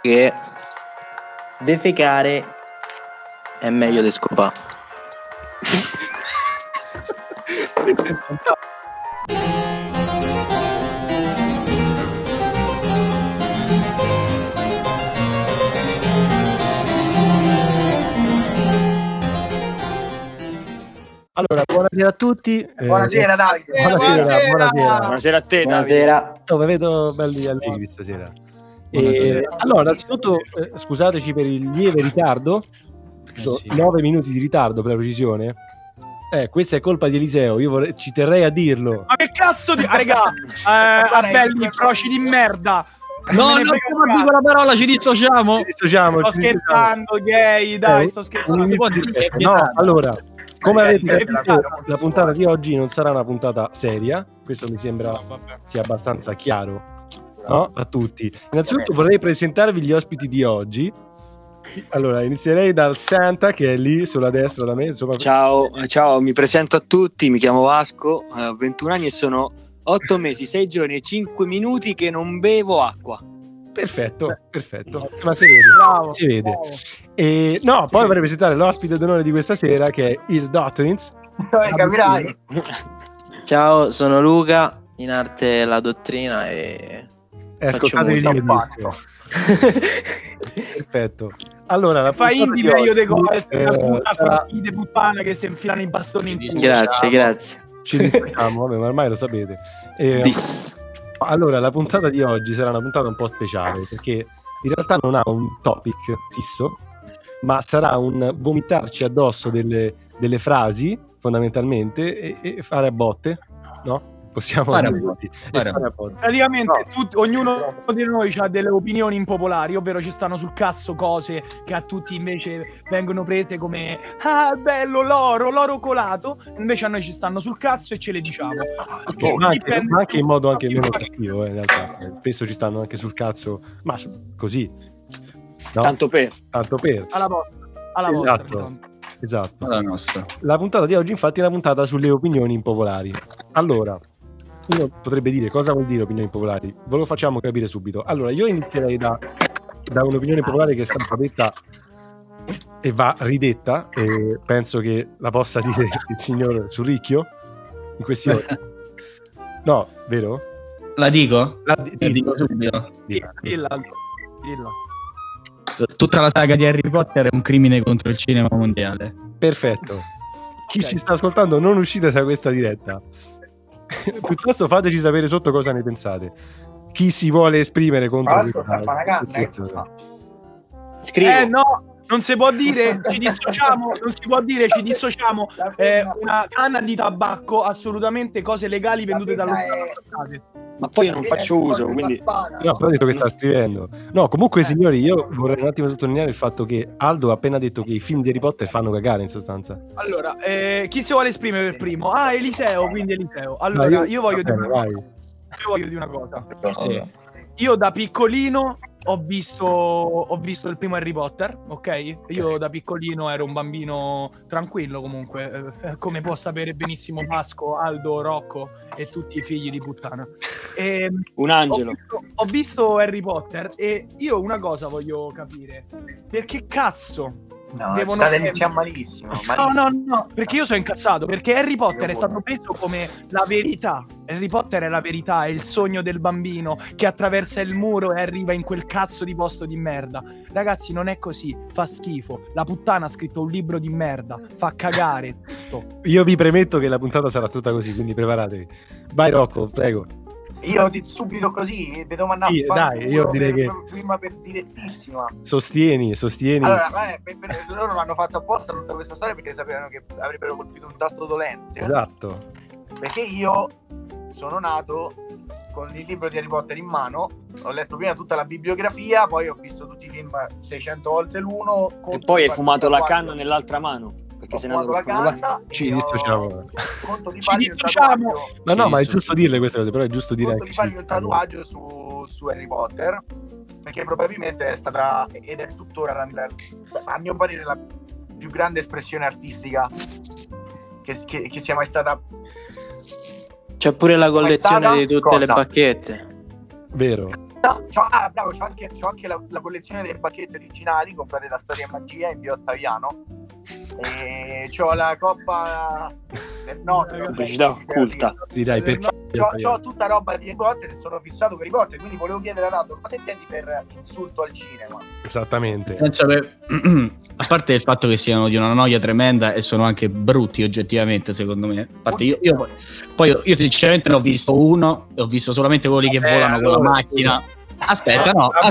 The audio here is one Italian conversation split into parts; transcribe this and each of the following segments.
che defecare è meglio di scopà. Allora, buonasera a tutti. Buonasera Davide. Buonasera. Buonasera a te, Davide. Buonasera. Vi vedo belli allegri stasera. Allora, innanzitutto scusateci per il lieve ritardo. Sono 9 minuti di ritardo per la precisione. Questa è colpa di Eliseo, ci terrei a dirlo. Ma che cazzo di... raga, belli froci di merda. No, non dico la parola, ci dissociamo. Sto scherzando, gay, dai, sto scherzando. No, allora, come avete capito, la puntata di oggi non sarà una puntata seria. Questo mi sembra sia abbastanza chiaro, no? A tutti. Innanzitutto vorrei presentarvi gli ospiti di oggi. Allora, inizierei dal Santa, che è lì sulla destra da me. Insomma. Ciao, mi presento a tutti, mi chiamo Vasco, ho 21 anni e sono 8 mesi, 6 giorni e 5 minuti che non bevo acqua. Perfetto. Ma si vede. Bravo, si vede. Bravo. E no, poi vorrei presentare l'ospite d'onore di questa sera, che è il Dottorins. Capirai. Ciao, sono Luca, in arte la dottrina e Ascoltate il video. Perfetto. Allora, la fai indie meglio dei cose, sarà... di puttana che si infilano i bastoni in culo. Grazie. Ci diciamo, vabbè, ma ormai lo sapete. Allora, la puntata di oggi sarà una puntata un po' speciale, perché in realtà non ha un topic fisso, ma sarà un vomitarci addosso delle frasi, fondamentalmente, e fare a botte, no? Possiamo fare così. Praticamente ognuno di noi ha delle opinioni impopolari, ovvero ci stanno sul cazzo cose che a tutti invece vengono prese come bello l'oro colato, invece a noi ci stanno sul cazzo e ce le diciamo. Ma anche in modo anche meno cattivo, in realtà. Spesso ci stanno anche sul cazzo, ma così. No? Tanto per. Alla vostra. Esatto. La nostra. La puntata di oggi infatti è una puntata sulle opinioni impopolari. Allora, uno potrebbe dire cosa vuol dire opinioni impopolari? Ve lo facciamo capire subito. Allora, io inizierei da un'opinione impopolare che è stata detta e va ridetta, e penso che la possa dire il signor Surricchio in questione. No, vero? La dico? La dico subito. Dilla. Tutta la saga di Harry Potter è un crimine contro il cinema mondiale. Perfetto. Chi ci sta ascoltando, non uscite da questa diretta. Piuttosto fateci sapere sotto cosa ne pensate. Chi si vuole esprimere contro Scrivo. No, non si può dire ci dissociamo. Una canna di tabacco, assolutamente cose legali vendute dallo Stato. Ma poi io non faccio uso, quindi... No, però ho detto che sta scrivendo. No, comunque signori, io vorrei un attimo sottolineare il fatto che Aldo ha appena detto che i film di Harry Potter fanno cagare, in sostanza. Allora, chi si vuole esprimere per primo? Eliseo, quindi Eliseo. Allora, io voglio dire una cosa. Sì. Io da piccolino ho visto il primo Harry Potter, ok? Io da piccolino ero un bambino tranquillo comunque, come può sapere benissimo Vasco, Aldo, Rocco e tutti i figli di puttana. Un angelo. Ho visto Harry Potter e io una cosa voglio capire. Perché cazzo state iniziando malissimo. No, perché io sono incazzato, perché Harry Potter è stato preso come la verità. Harry Potter è la verità, è il sogno del bambino che attraversa il muro e arriva in quel cazzo di posto di merda. Ragazzi, non è così, fa schifo. La puttana ha scritto un libro di merda, fa cagare tutto. Io vi premetto che la puntata sarà tutta così, quindi preparatevi. Vai Rocco, prego. Io subito così devo mandare dai, io direi che prima per direttissima. Sostieni. Allora, loro l'hanno fatto apposta tutta questa storia perché sapevano che avrebbero colpito un tasto dolente. Esatto. Perché io sono nato con il libro di Harry Potter in mano, ho letto prima tutta la bibliografia, poi ho visto tutti i film 600 volte l'uno. E poi hai fumato la canna nell'altra mano. Perché se no la canna, ci dissociamo. Ma è giusto dirle queste cose, però è giusto dire anche di fargli un tatuaggio su Harry Potter, perché probabilmente è stata ed è tuttora a mio parere la più grande espressione artistica che sia mai stata. C'è pure la collezione di tutte le bacchette. Vero. Bravo, c'ho anche la collezione delle bacchette originali comprate da Storia e Magia in via Ottaviano. E c'ho la coppa del nonno. Pubblicità occulta. Sì, dai, perché C'ho tutta roba di Harry Potter e sono fissato per Harry Potter, quindi volevo chiedere a Nando cosa intendi per insulto al cinema? esattamente. Penso che, a parte il fatto che siano di una noia tremenda e sono anche brutti oggettivamente, secondo me. A parte io sinceramente ne ho visto uno e ho visto solamente quelli che volano con la macchina. Aspetta.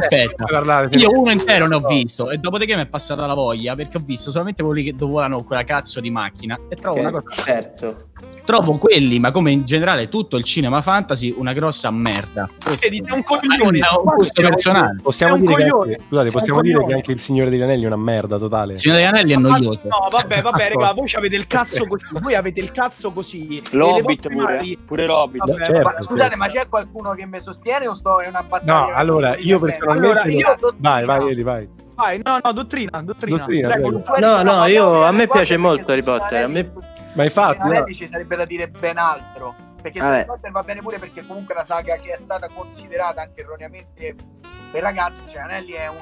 Io uno intero ne ho visto e dopodiché mi è passata la voglia perché ho visto solamente quelli che volano con quella cazzo di macchina e trovo una cosa. Terzo. Trovo quelli, ma come in generale tutto il cinema fantasy, una grossa merda. Questo Sei un coglione. è un gusto personale. Possiamo È un dire che coglione. anche, scusate, Sei un possiamo dire coglione. che anche il Signore degli Anelli è una merda totale. Il Signore degli Anelli è noioso. No, vabbè, raga, voi avete il cazzo così. Voi avete il cazzo così. L'Hobbit E le vostre madri- pure l'Hobbit. Vabbè, Certo, Ma scusate, ma c'è qualcuno che mi sostiene o è una battaglia? No, allora, io personalmente... Allora, Vai, Eli, vai. Vai, no, dottrina. Dottrina, Prego, prego. No, a me piace molto Harry Potter. A me Ma infatti... no. Ci sarebbe da dire ben altro. Perché Harry Potter va bene pure perché comunque è una saga che è stata considerata anche erroneamente per ragazzi. Cioè, Anelli è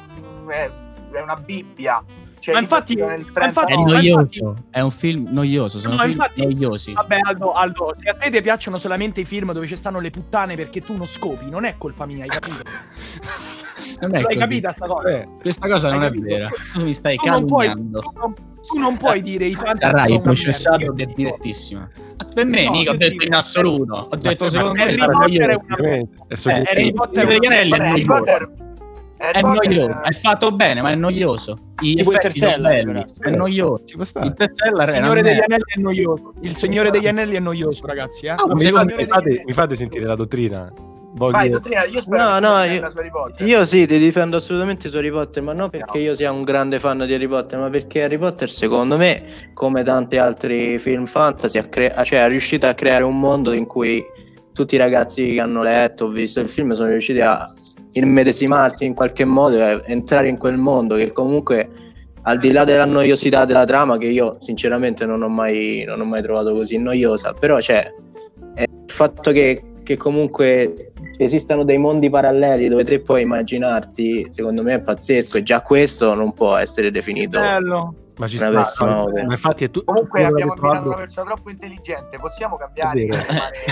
una Bibbia. Cioè, Ma infatti- È No, noioso, è un film noioso, sono No, film infatti- noiosi. Vabbè, Aldo, se a te ti piacciono solamente i film dove ci stanno le puttane perché tu non scopi, non è colpa mia, hai capito? Non è L'hai così. capita sta cosa? Questa cosa non Hai è capito? vera. Tu mi stai Tu non puoi, calunniando. tu non puoi dire i fantasy Sarai sono una processato merda. ed è direttissima. Per me, No, mica ho io detto dico- in assoluto. Ho detto secondo me Harry è Potter è noioso. una Ovviamente, è soggettivo. Harry Potter Signore degli Anelli è Harry noioso. Potter È noioso, è fatto bene, ma è noioso. I Tipo effetti sono Interstellar, belli, però. è noioso. Ci può stare. Interstellar Il è una Signore degli merda. Anelli è noioso. Il Signore degli Anelli è noioso, ragazzi. Ah, Ma secondo mi fate sentire la dottrina? Voglio... Vai, dottrina, io spero No, che tu io- difenda su Harry Potter. Io sì, ti difendo assolutamente su Harry Potter, ma non perché io sia un grande fan di Harry Potter, ma perché Harry Potter, secondo me, come tanti altri film fantasy, è riuscito a creare un mondo in cui tutti i ragazzi che hanno letto o visto il film sono riusciti a immedesimarsi in qualche modo e entrare in quel mondo che comunque, al di là della noiosità della trama, che io sinceramente non ho mai trovato così noiosa, però c'è il fatto che comunque esistano dei mondi paralleli dove te puoi immaginarti, secondo me è pazzesco, e già questo non può essere definito. Bello. Ma ci Una sta, pessima no, opera. ma infatti è Comunque quello abbiamo che invitato Aldo- una persona troppo intelligente, possiamo cambiare? È vero.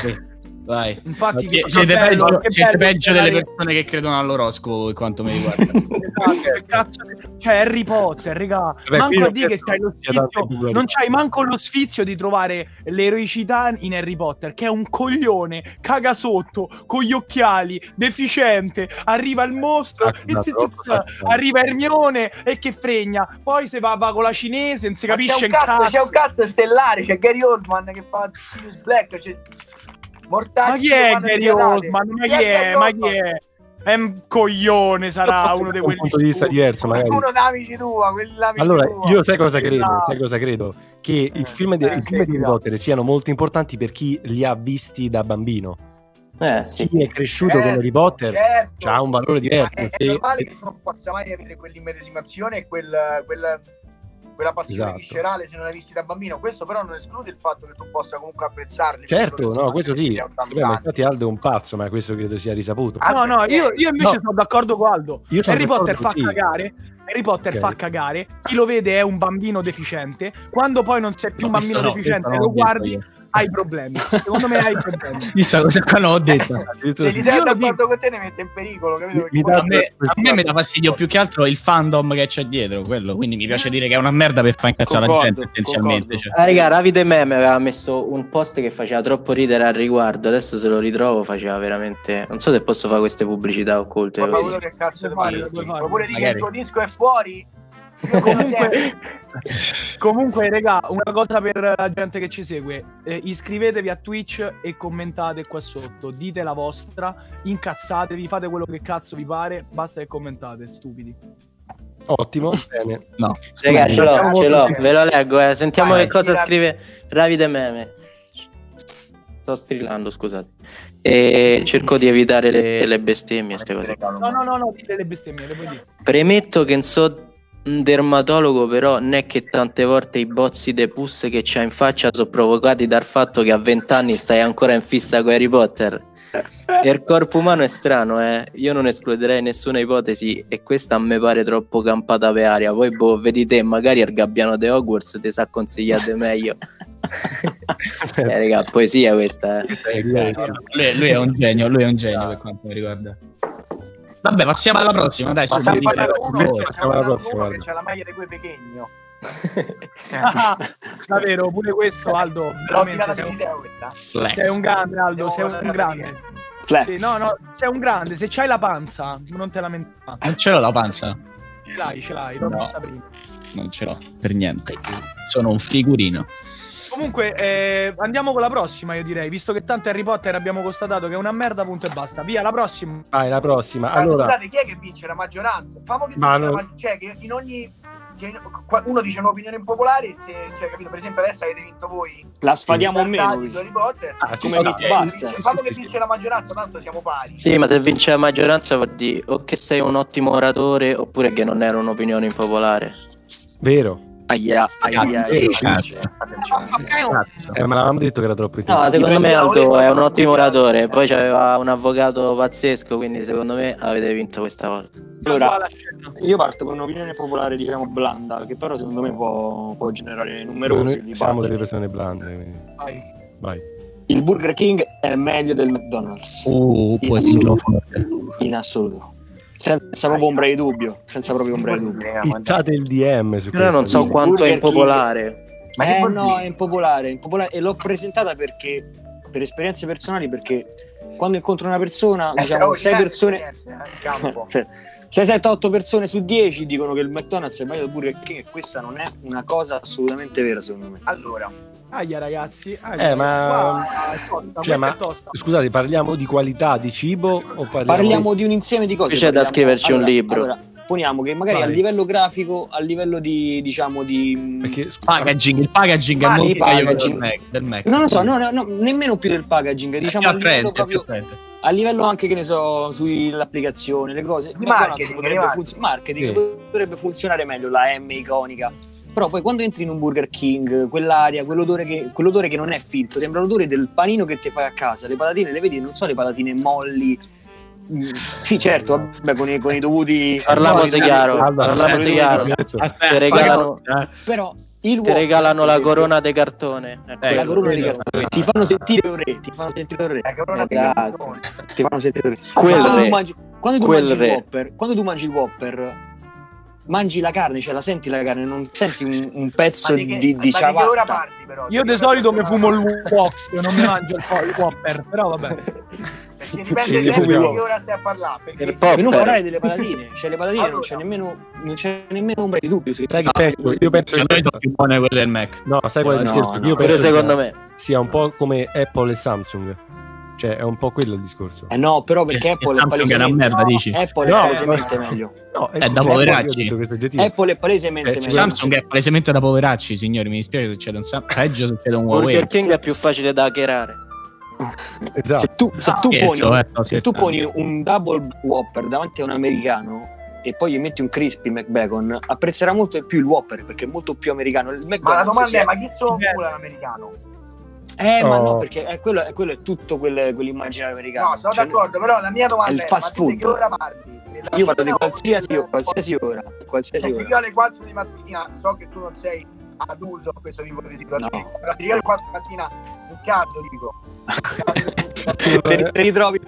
Vai. Infatti, Siete bello, peggio, che siete bello peggio delle spiegare- persone che credono all'oroscopo, per quanto mi riguarda. Esatto, che cazzo, cioè Harry Potter, raga, qui manco a non dire che penso c'hai lo sia tanta sfizio, popolarità. non c'hai manco lo sfizio di trovare l'eroicità in Harry Potter, che è un coglione, caga sotto, con gli occhiali, deficiente, arriva il mostro, arriva Hermione e che fregna, poi se va con la cinese, non si capisce il cazzo. C'è un cast stellare, c'è Gary Oldman che fa Sirius Black, c'è Mortacci. Ma chi è Gary Oldman? Ma chi è? Ma chi è? È un coglione, sarà uno di un quelli punto di vista stupidi. diverso, magari. Uno da amici tua, quelli là amici Allora, tua. io sai cosa credo? Esatto. Sai cosa credo? Che i film di Harry Potter siano molto importanti per chi li ha visti da bambino. Sì. Chi è cresciuto con Harry Potter certo. ha un valore diverso. Ma è normale che tu non possa mai avere quell'immedesimazione e quella passione Esatto. viscerale se non l'hai visti da bambino. Questo però non esclude il fatto che tu possa comunque apprezzarli. Certo, no, questo sì. Da 80 Vabbè, ma anni. infatti Aldo è un pazzo, ma questo credo sia risaputo. Ah, No, io invece sono d'accordo con Aldo. Io sono Harry Potter fa d'accordo, sì. cagare. Harry Potter Ok. fa cagare. Chi lo vede è un bambino deficiente. Quando poi non sei più un bambino Questo no, deficiente questo e non lo ho guardi, detto io. hai problemi. Secondo me hai problemi. Chissà cosa qua non ho detto. Se li sei Io lo d'accordo con te ne mette in pericolo, capito? Mi Perché dà- poi- A me mi dà fastidio più che altro il fandom che c'è dietro, quello. Quindi mi piace dire che è una merda per far incazzare la Concordo, gente, essenzialmente. concordo. Cioè. Raga, Davide Meme aveva messo un post che faceva troppo ridere al riguardo. Adesso se lo ritrovo faceva veramente. Non so se posso fare queste pubblicità occulte. Ma così. quello che cazzo Puoi devo farlo, puoi fare? farlo. Oppure dire che Magari. il tuo disco è fuori? Comunque, raga, una cosa per la gente che ci segue: iscrivetevi a Twitch e commentate qua sotto. Dite la vostra, incazzatevi, fate quello che cazzo vi pare. Basta che commentate, stupidi. Ottimo, bene. No. Raga, ce l'ho, Sì. ve lo leggo. Sentiamo Vai, che cosa tira. scrive Davide Meme. Sto strillando, scusate. E cerco di evitare le bestemmie, queste cose. No, dite le bestemmie, le puoi dire. Premetto che non so un dermatologo, però non è che tante volte i bozzi de pus che c'ha in faccia sono provocati dal fatto che a 20 anni stai ancora in fissa con Harry Potter. Il corpo umano è strano, io non escluderei nessuna ipotesi e questa a me pare troppo campata per aria. Poi vedi te, magari il gabbiano di Hogwarts ti sa consigliare meglio. Raga, poesia questa. Lui è un genio per quanto mi riguarda. Vabbè, passiamo alla prossima, dai. Passiamo alla prossima. Che c'è la maglia di quei pechegno. Davvero, pure questo, Aldo, veramente sei un grande, Aldo, sei un grande. Sì, no, sei un grande, se c'hai la panza non te lamentare. Non ce l'ho la panza? Ce l'hai, l'ho vista prima. Non ce l'ho, per niente. Sono un figurino. Comunque, andiamo con la prossima, io direi, visto che tanto Harry Potter abbiamo constatato che è una merda, punto e basta. Via, la prossima. Vai, la prossima. Allora, scusate, chi è che vince? La maggioranza? Famo che cioè che in ogni uno dice un'opinione impopolare, se, cioè, capito? Per esempio adesso avete vinto voi, la sfadiamo o meno su Harry Potter, come basta. Famo che vince la maggioranza, tanto siamo pari. Sì, ma se vince la maggioranza vuol dire o che sei un ottimo oratore oppure che non era un'opinione impopolare. vero. Aia. Me l'avevamo detto che era troppo intelligente. No, secondo me Aldo è un ottimo oratore. Poi c'aveva un avvocato pazzesco, quindi secondo me avete vinto questa volta. Allora, io parto con un'opinione popolare, diciamo blanda, che però secondo me può generare numerosi Noi siamo delle persone blande, quindi. Vai. Il Burger King è meglio del McDonald's. In assoluto. Senza proprio ombra di dubbio. Hittate il DM su Però non so quanto è impopolare. No, è impopolare. E l'ho presentata perché, per esperienze personali, perché quando incontro una persona, diciamo 6 persone, 6, 7, 8 persone su 10 dicono che il McDonald's è meglio del Burger King, e questa non è una cosa assolutamente vera, secondo me. Allora, ragazzi, ma scusate, parliamo di qualità di cibo o parliamo di un insieme di cose? C'è da scriverci un libro. Allora, poniamo che magari a livello grafico, a livello di, diciamo, di packaging, il packaging è molto meglio del Mac. Non lo so, no, nemmeno più del packaging, diciamo a livello proprio, a livello anche, che ne so, sull'applicazione, le cose. Marketing potrebbe funzionare meglio, la M iconica. Però poi quando entri in un Burger King, quell'aria, quell'odore che non è finto, sembra l'odore del panino che ti fai a casa. Le patatine le vedi, non so, le patatine molli. Sì, certo, vabbè, con i dovuti. Parlamoci chiaro. Ti regalano, però ti regalano la corona di cartone. La corona di cartone. Ti fanno sentire un re. La corona di cartone. Ti fanno sentire quando tu mangi il Whopper, mangi la carne, cioè la senti la carne, non senti un pezzo di ciabatta. Che ora parti, però? Io di solito mi fumo il Wox, non mi mangio il Whopper, però vabbè. Perché dipende sempre di che ora stai a parlare. Per non parlare delle patatine, cioè le patatine allora, non c'è nemmeno un bel dubbio. Io penso che sono più buone quelle del Mac. No, sai qual è il discorso? Io penso secondo me sia un po' come Apple e Samsung. Cioè è un po' quello il discorso. No, però perché Apple è palesemente merda, dici? Apple è palesemente meglio. No, è da poveracci. Apple è palesemente meglio. Samsung è palesemente da poveracci, signori, mi dispiace, succede un peggio succede un Huawei. Burger King è più facile da hackerare. Esatto. Se tu poni un double Whopper davanti a un americano e poi gli metti un crispy McBacon, apprezzerà molto di più il Whopper perché è molto più americano. Il McDonald's, ma la domanda è: ma chi sono l'americano? Ma no, perché quello è tutto quell'immaginario americano. No, sono d'accordo, però la mia domanda è il fast food. Che ora parli? Io parlo di qualsiasi ora. Io alle 4 di mattina, so che tu non sei ad uso a questo tipo di situazione, però se io alle 4 di mattina un cazzo dico te ritrovi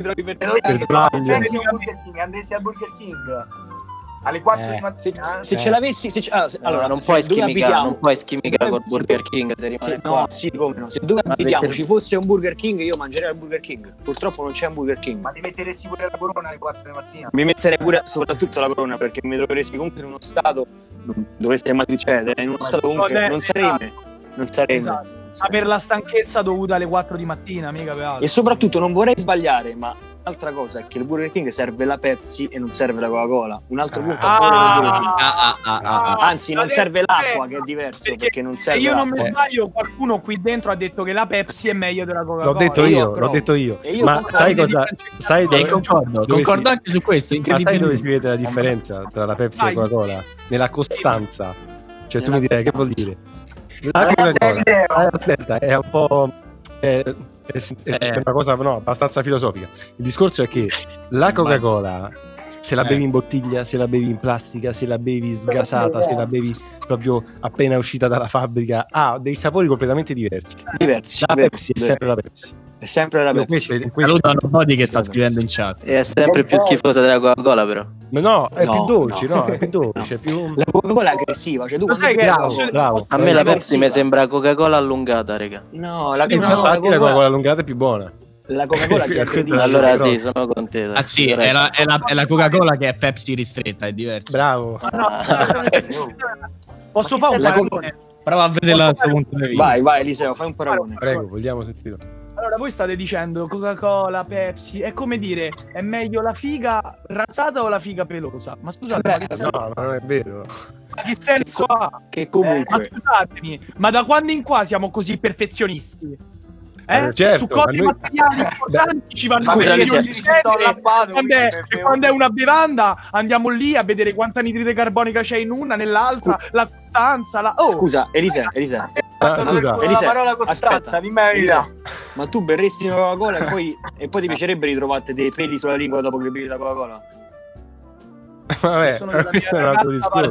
andessi al Burger King alle 4 di mattina se ce l'avessi allora non puoi schimicare col Burger King, se dove abitiamo ci fosse un Burger King io mangerei al Burger King. Purtroppo non c'è un Burger King. Ma ti metteresti pure la corona alle 4 di mattina? Mi metterei pure soprattutto la corona, perché mi troveresti comunque in uno stato, dovreste mai succedere, in uno stato comunque non sarei esatto. Per la stanchezza dovuta alle 4 di mattina, mica per altro. E soprattutto non vorrei sbagliare, ma l'altra cosa è che il Burger King serve la Pepsi e non serve la Coca-Cola. Un altro punto a favore del Burger King. Anzi, non serve l'acqua, che è diverso, perché non serve. Se io non l'acqua. mi sbaglio, qualcuno qui dentro ha detto che la Pepsi è meglio della Coca-Cola. L'ho detto io. Ma sai cosa? Sai dove concordo anche su questo. Ma sai dove si vede la differenza tra la Pepsi e la Coca-Cola? Nella costanza. Cioè tu mi direi che vuol dire? La Coca-Cola, aspetta, è un po'. è una cosa abbastanza filosofica. Il discorso è che la Coca-Cola, se la bevi in bottiglia, se la bevi in plastica, se la bevi sgasata, se la bevi proprio appena uscita dalla fabbrica, ha dei sapori completamente diversi. La Pepsi è sempre la Pepsi. È sempre la Pepsi. Saluto a Nobody che sta scrivendo in chat. È sempre più schifosa della Coca-Cola, però. No, è più dolce, è più dolce. È più... La Coca-Cola è aggressiva. Cioè, tu bravo. A me la Pepsi mi sembra Coca-Cola allungata, raga. No, la Coca-Cola allungata è più buona. La Coca-Cola ti aggredisce. Allora sì, sono contento. Ah sì, è la Coca-Cola che è Pepsi ristretta, è diverso. Bravo. Posso fare un paragone? Prova a vedere dal suo punto di vista. Vai Eliseo, fai un paragone. Prego, vogliamo sentire. Allora, voi state dicendo Coca-Cola, Pepsi, è come dire, è meglio la figa rasata o la figa pelosa? Ma scusate, ma che senso, no, ma non è vero. ma che senso ha? Che comunque... Ma scusatemi, ma da quando in qua siamo così perfezionisti? Certo, su cose materiali importanti ci vanno scusa, quando è una bevanda andiamo lì a vedere quanta anidride carbonica c'è in una, nell'altra, la costanza, Scusa, Eliseo. Scusa. La parola costante, dimmi la verità. Ma tu berresti una Coca-Cola e poi ti piacerebbe ritrovarti dei peli sulla lingua dopo che bevi la Coca-Cola? Vabbè, questo è un altro discorso.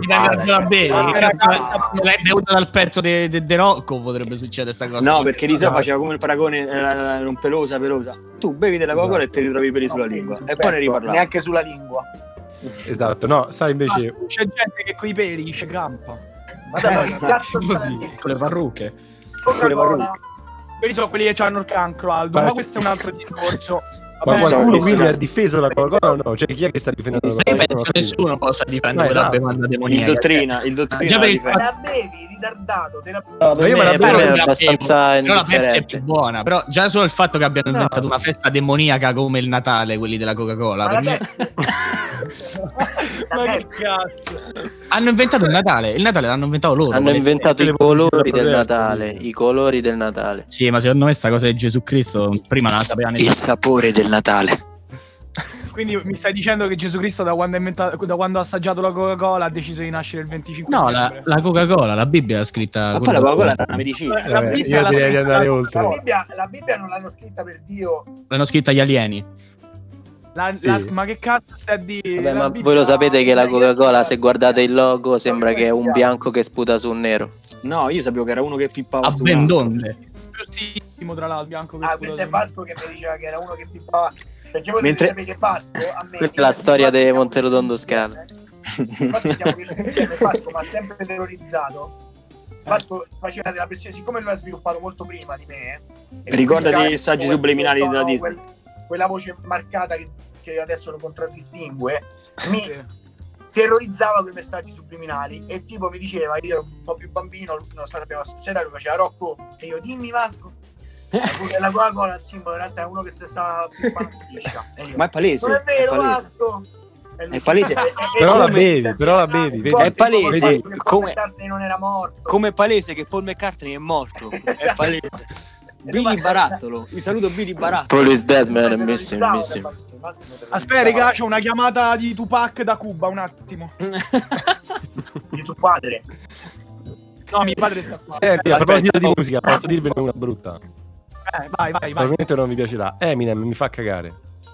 Se l'hai bevuta dal petto di Rocco potrebbe succedere sta cosa. No, perché Eliseo faceva come il paragone, non pelosa. Tu bevi della Coca-Cola e ti ritrovi i peli sulla lingua e poi ne riparliamo. Neanche sulla lingua. Esatto, no, sai invece... C'è gente che coi peli ci campa. Ma dai, con le parrucche. Quelli sono quelli che hanno il cancro, Aldo, ma questo è un altro discorso. Ma qualcuno quindi ha difeso la Coca-Cola o no? Cioè chi è che sta difendendo la Coca-Cola? Penso nessuno possa difendere quella bevanda demoniaca. Il dottrina Già per il fatto... la bevi ritardato, io me la bevo abbastanza però la Pepsi è più buona. Però già solo il fatto che abbiano inventato una festa demoniaca come il Natale, quelli della Coca-Cola, per me... Ma che cazzo? Hanno inventato il Natale l'hanno inventato loro. Hanno inventato i colori del Natale. I colori del Natale. Sì, ma secondo me sta cosa di Gesù Cristo prima non la sapeva nessuno. Il sapore del Natale. Quindi mi stai dicendo che Gesù Cristo da quando ha assaggiato la Coca-Cola ha deciso di nascere il 25 novembre? No, la Coca-Cola, la Bibbia l'ha scritta. Ma poi la Coca-Cola è una medicina. Io direi di andare oltre. La Bibbia non l'hanno scritta per Dio. L'hanno scritta gli alieni. Ma che cazzo stai a dire? Vabbè, ma voi lo sapete che la Coca-Cola, se guardate il logo, sembra che è un bianco che sputa su un nero. No, io sapevo che era uno che pippava su ben donde. Giustissimo, tra l'altro, bianco che questo è Vasco che mi diceva che era uno che pippava. Perché voi sapete che Vasco a me... Questa è la storia di Monterotondo Scala. Infatti siamo insieme, Vasco mi ha sempre terrorizzato. Vasco faceva della pressione, siccome lui ha sviluppato molto prima di me. Ricordati i saggi subliminali della Disney. Quella voce marcata che adesso lo contraddistingue mi terrorizzava quei messaggi subliminali e tipo mi diceva, io ero un po' più bambino, lui non sapeva stasera, lui faceva Rocco e io dimmi Vasco, la Coca-Cola il simbolo in realtà è uno che si stava pippando ma è palese, non è vero Vasco, è palese. Però la bevi. È palese come non era morto, come è palese che Paul McCartney è morto, è palese. Billy Barattolo, vi saluto Billy Barattolo. Paul is dead, man, è missing. Aspetta, raga, c'ho una chiamata di Tupac da Cuba, un attimo. Di tuo padre? No, mio padre sta qua. Senti, a proposito di musica, posso dirvene una brutta? Vai. Probabilmente non mi piacerà. Eminem mi fa cagare.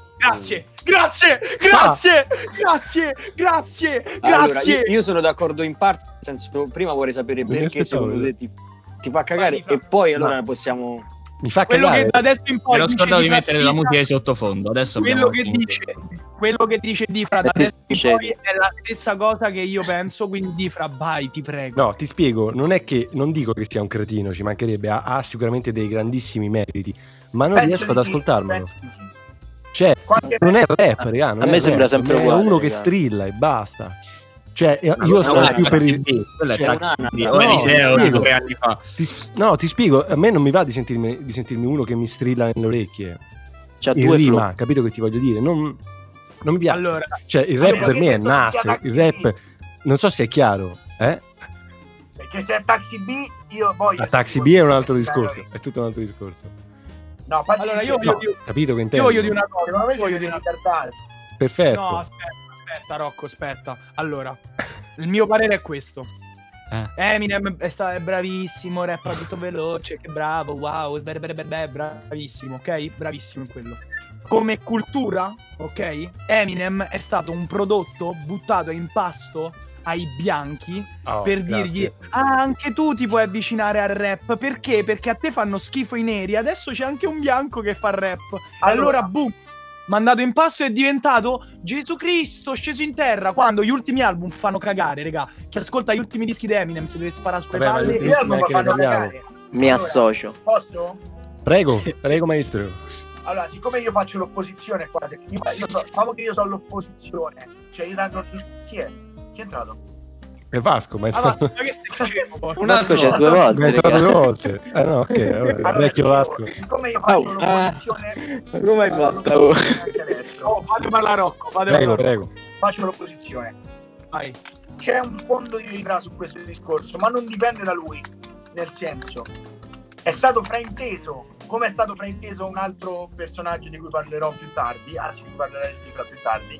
Grazie. Allora, io sono d'accordo in parte, nel senso, prima vorrei sapere perché secondo te ti fa cagare e poi allora possiamo... Mi fa quello cagare. che da adesso in poi mi ero scordato di mettere la musica di sottofondo. Adesso quello che dice Difra da adesso in poi è la stessa cosa che io penso, quindi Difra vai, ti prego. No, ti spiego, non dico che sia un cretino, ci mancherebbe, ha sicuramente dei grandissimi meriti, ma non riesco ad ascoltarmelo. Cioè, non è rap, raga, a me sembra sempre uguale, è uno che strilla e basta. Cioè, io sono più per il... Eliseo 3 anni fa. Ti spiego, a me non mi va di sentirmi uno che mi strilla nelle orecchie. C'ha in rima, capito che ti voglio dire? Non mi piace. Allora, cioè, il rap per me è naso, il rap... Non so se è chiaro, Perché se è Taxi B, io voglio... La Taxi B è un altro discorso, è tutto un altro discorso. No, allora io capito che intendo. Io voglio dire una cosa, Perfetto. No, aspetta, Rocco, aspetta. Allora, il mio parere è questo. Eminem è bravissimo, rappa tutto veloce, che bravo, wow, bravissimo, ok? Bravissimo in quello. Come cultura, ok? Eminem è stato un prodotto buttato in pasto ai bianchi per dirgli anche tu ti puoi avvicinare al rap. Perché? Perché a te fanno schifo i neri, adesso c'è anche un bianco che fa rap. Allora boom, mandato in pasto, è diventato Gesù Cristo sceso in terra. Quando gli ultimi album fanno cagare, raga, chi ascolta gli ultimi dischi di Eminem si deve sparare sulle palle. Gli album fanno cagare. Mi associo. Posso? Prego maestro. Allora, siccome io faccio l'opposizione qua, io sono l'opposizione, cioè io tanto... Chi è? Chi è entrato? È Vasco, ma è entrato... Ma che stai facendo? Vasco c'è 2 volte. È entrato 2 volte. No, ok, allora, vecchio Vasco. Siccome io faccio l'opposizione... Come hai fatto? Fate parlare Rocco, Prego. Faccio l'opposizione. Vai. C'è un fondo di verità su questo discorso, ma non dipende da lui. Nel senso, è stato frainteso, come è stato frainteso un altro personaggio di cui parlerò più tardi, anzi di parlerei più tardi.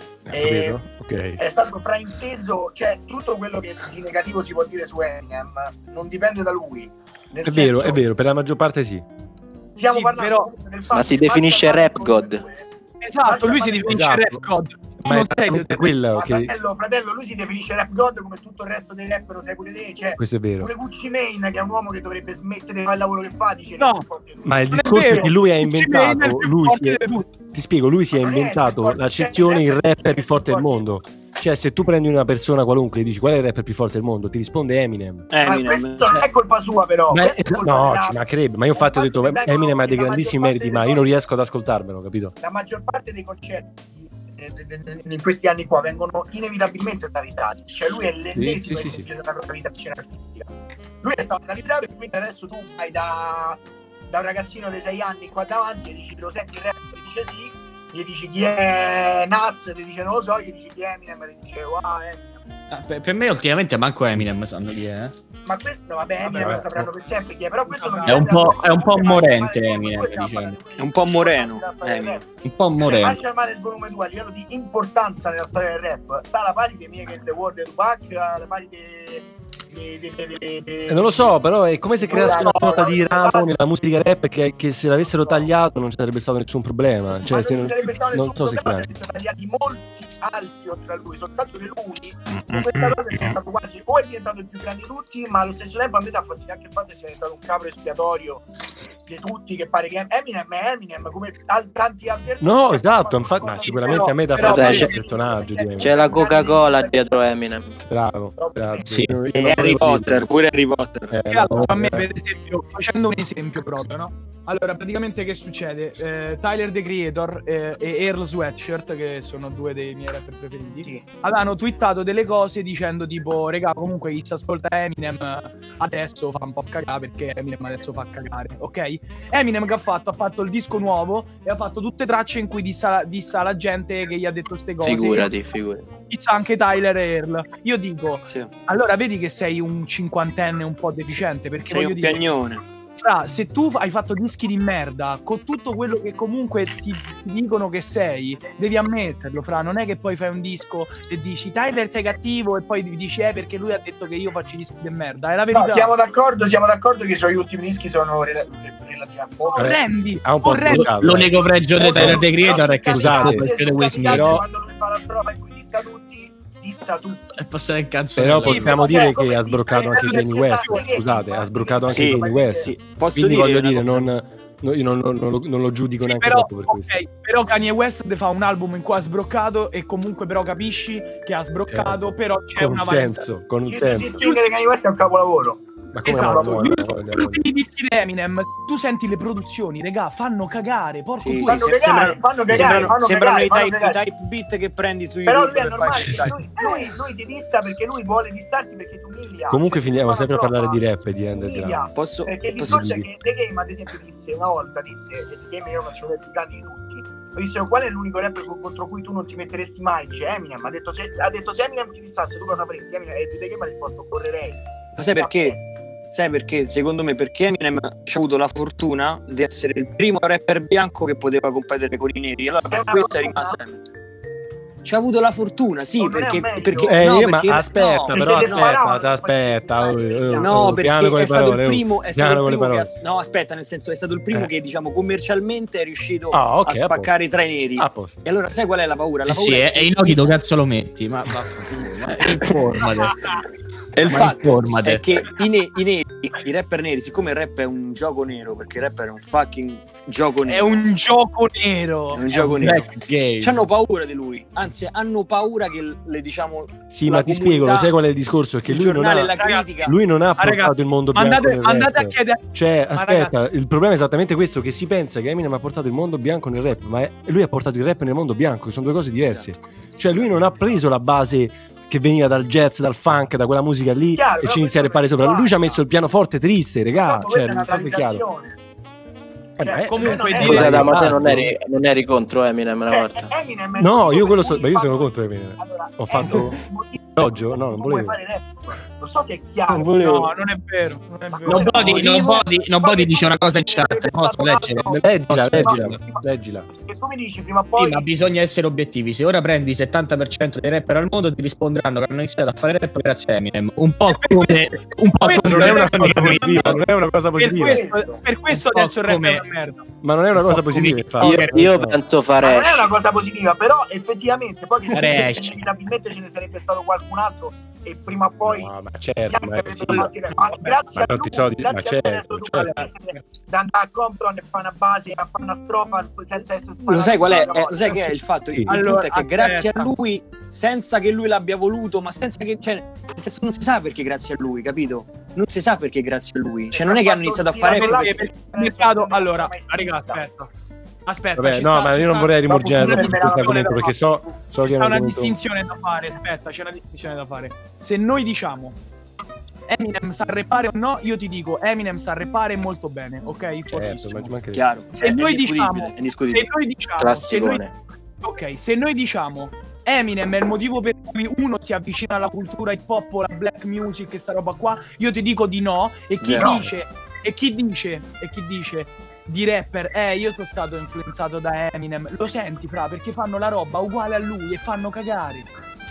Okay. È stato frainteso, cioè tutto quello che di negativo si può dire su Eminem non dipende da lui. È vero, per la maggior parte sì. Stiamo parlando del fatto, ma si definisce rap god. Esatto, lui si definisce rap god. Ma è quello che... fratello, lui si definisce rap god come tutto il resto dei rapper, lo sai pure te, cioè, questo è vero. Come Gucci Mane, che è un uomo che dovrebbe smettere di fare il lavoro che fa, dice no, ma il discorso è che lui ha inventato, ti spiego, lui si è inventato l'accezione il rapper più forte del mondo. Cioè, se tu prendi una persona qualunque e dici qual è il rapper più forte del mondo, ti risponde Eminem. Ma questo non è colpa sua, però. No, ci mancherebbe. Ma io infatti ho detto Eminem ha dei grandissimi meriti, ma io non riesco ad ascoltarmelo, capito? La maggior parte dei concerti in questi anni qua vengono inevitabilmente analizzati. Cioè, lui è l'ennesimo esempio della improvvisazione artistica. Lui è stato analizzato, e quindi adesso tu vai da un ragazzino dei 6 anni qua davanti e dici: lo senti il rap? Ti dice sì. Gli dici chi è Nas, ti dice non lo so, gli dici chi è Eminem, ti dice wow, Eminem. Per me ultimamente manco Eminem sanno chi è. Ma questo Eminem lo sapranno per sempre chi è, però questo non è un po' morente Eminem, diciamo. È un po' moreno. Un po' moreno. Marshall Mathers volume 2 a livello di importanza nella storia del rap sta alla pari dei miei Against the World e Tupac, alla pari dei non lo so, però è come se creasse una sorta di ramo nella musica rap che se l'avessero tagliato non ci sarebbe stato nessun problema. Cioè, non so se sarebbero tagliati molti altri oltre a lui, soltanto che lui in questa cosa è diventato quasi, o è diventato il più grande di tutti, ma allo stesso tempo a me dà fastidio anche il fatto che sia diventato un capro espiatorio di tutti, che pare che Eminem è Eminem come tanti altri. No, esatto, infatti, ma sicuramente a me dà fastidio il personaggio di Eminem. C'è la Coca-Cola dietro Eminem. Bravo, grazie. Sì. Harry Potter, pure Harry Potter. Allora, a me per esempio, facendo un esempio proprio, no? Allora, praticamente che succede? Tyler, The Creator e Earl Sweatshirt, che sono 2 dei miei rapper preferiti, avevano twittato delle cose dicendo tipo, regà, comunque chi si ascolta Eminem adesso fa un po' cagare perché Eminem adesso fa cagare, ok? Eminem che ha fatto il disco nuovo e ha fatto tutte tracce in cui dissa la gente che gli ha detto ste cose. Figurati. Dissa anche Tyler e Earl. Io dico, allora vedi che sei un cinquantenne un po' deficiente, perché sei un piagnone. Se tu hai fatto dischi di merda con tutto quello che comunque ti dicono che sei, devi ammetterlo, non è che poi fai un disco e dici Tyler sei cattivo e poi dici perché lui ha detto che io faccio dischi di merda, è la verità. No, siamo d'accordo che i suoi ultimi dischi sono relativamente orrendi. L'unico pregio di Tyler, The Creator è che quando lui fa la prova in cui dissa tutti. Però possiamo dire che ha sbroccato anche Kanye West. Scusate, ha sbroccato anche Kanye West. Quindi voglio dire, io non lo giudico neanche troppo per questo. Però Kanye West fa un album in cui ha sbroccato e comunque però capisci che ha sbroccato, però c'è una valenza. Con un senso. Si scrive che Kanye West è un capolavoro. Ma come esatto, gli ultimi dischi di Eminem, tu senti le produzioni, regà, fanno cagare, porco due. Sembrano i type beat che prendi su YouTube. Però lui è normale, lui ti dissa perché lui vuole dissarti perché tu umilia. Comunque finiamo sempre a parlare di rap e di underground. Perché il discorso è che The Game ad esempio disse una volta, The Game io faccio i più grandi di tutti. Disse qual è l'unico rapper contro cui tu non ti metteresti mai? Dice Eminem, ha detto se Eminem ti dissasse tu cosa faresti? Eminem e The Game ha risposto correrei. Ma sai perché? Sai perché? Secondo me perché Eminem ha avuto la fortuna di essere il primo rapper bianco che poteva competere con i neri. Allora per questo è rimasto. C'ha avuto la fortuna, sì, Non perché è ma aspetta, no, però no, aspetta. No, perché è stato il primo, no, aspetta, nel senso è stato il primo che diciamo commercialmente è riuscito a spaccare i tre neri. E allora sai qual è la paura? La paura è Inoki dove cazzo lo metti? Ma informate. E il fatto è che i rapper neri, siccome il rap è un gioco nero, perché il rap è un fucking gioco nero. È un gioco nero. È un gioco nero. C'hanno paura di lui, anzi hanno paura che le diciamo. Sì, ma ti spiego, sai qual è il discorso? È che lui non ha portato il mondo bianco. Andate a chiedere. Cioè, aspetta, il problema è esattamente questo: che si pensa che Eminem ha portato il mondo bianco nel rap, ma lui ha portato il rap nel mondo bianco, che sono due cose diverse. Cioè, lui non ha preso la base che veniva dal jazz, dal funk, da quella musica lì, e ci inizia a rappare sopra. Lui ci ha messo il pianoforte triste, regà. Cioè, non so che chiaro. Comunque, scusate, ma te non eri contro Eminem una volta? No, io sono contro Eminem. Ho fatto elogio? No, non volevo. Non so se è chiaro. Non volevo. No, non è vero. Nobody dice una cosa in chat. Posso leggere? Leggila. Che tu mi dici prima o poi. Sì, ma bisogna essere obiettivi. Se ora prendi il 70% dei rapper al mondo, ti risponderanno che hanno iniziato a fare rap grazie a Eminem. Un po' come. Non è una cosa positiva. Non è una cosa positiva. Per questo adesso il rap è una merda. Ma non è una cosa positiva. Io penso fare. Non è una cosa positiva, però effettivamente poi inevitabilmente ce ne sarebbe stato qualcun altro e prima o poi. No, ma certo, grazie a lui, da andare a Compton e fare una base, a fare una strofa senza essere sparato. Lo sai qual è? Lo sai che è il fatto? Il punto è che grazie a lui, senza che lui l'abbia voluto, ma senza che, cioè, non si sa perché grazie a lui, capito? Non si sa perché grazie a lui. Cioè, non è che hanno iniziato a fare allora, ragazzi, aspetta. Vabbè, no, ma io non vorrei rimorgiare troppo su questo argomento, perché so che c'è una distinzione da fare. Aspetta, c'è una distinzione da fare. Se noi diciamo Eminem sa rappare o no, io ti dico Eminem sa rappare molto bene, ok? Certo, chiaro. Se noi diciamo se noi diciamo Eminem è il motivo per cui uno si avvicina alla cultura hip hop o la black music e sta roba qua, io ti dico di no. E chi dice di rapper io sono stato influenzato da Eminem, lo senti perché fanno la roba uguale a lui e fanno cagare.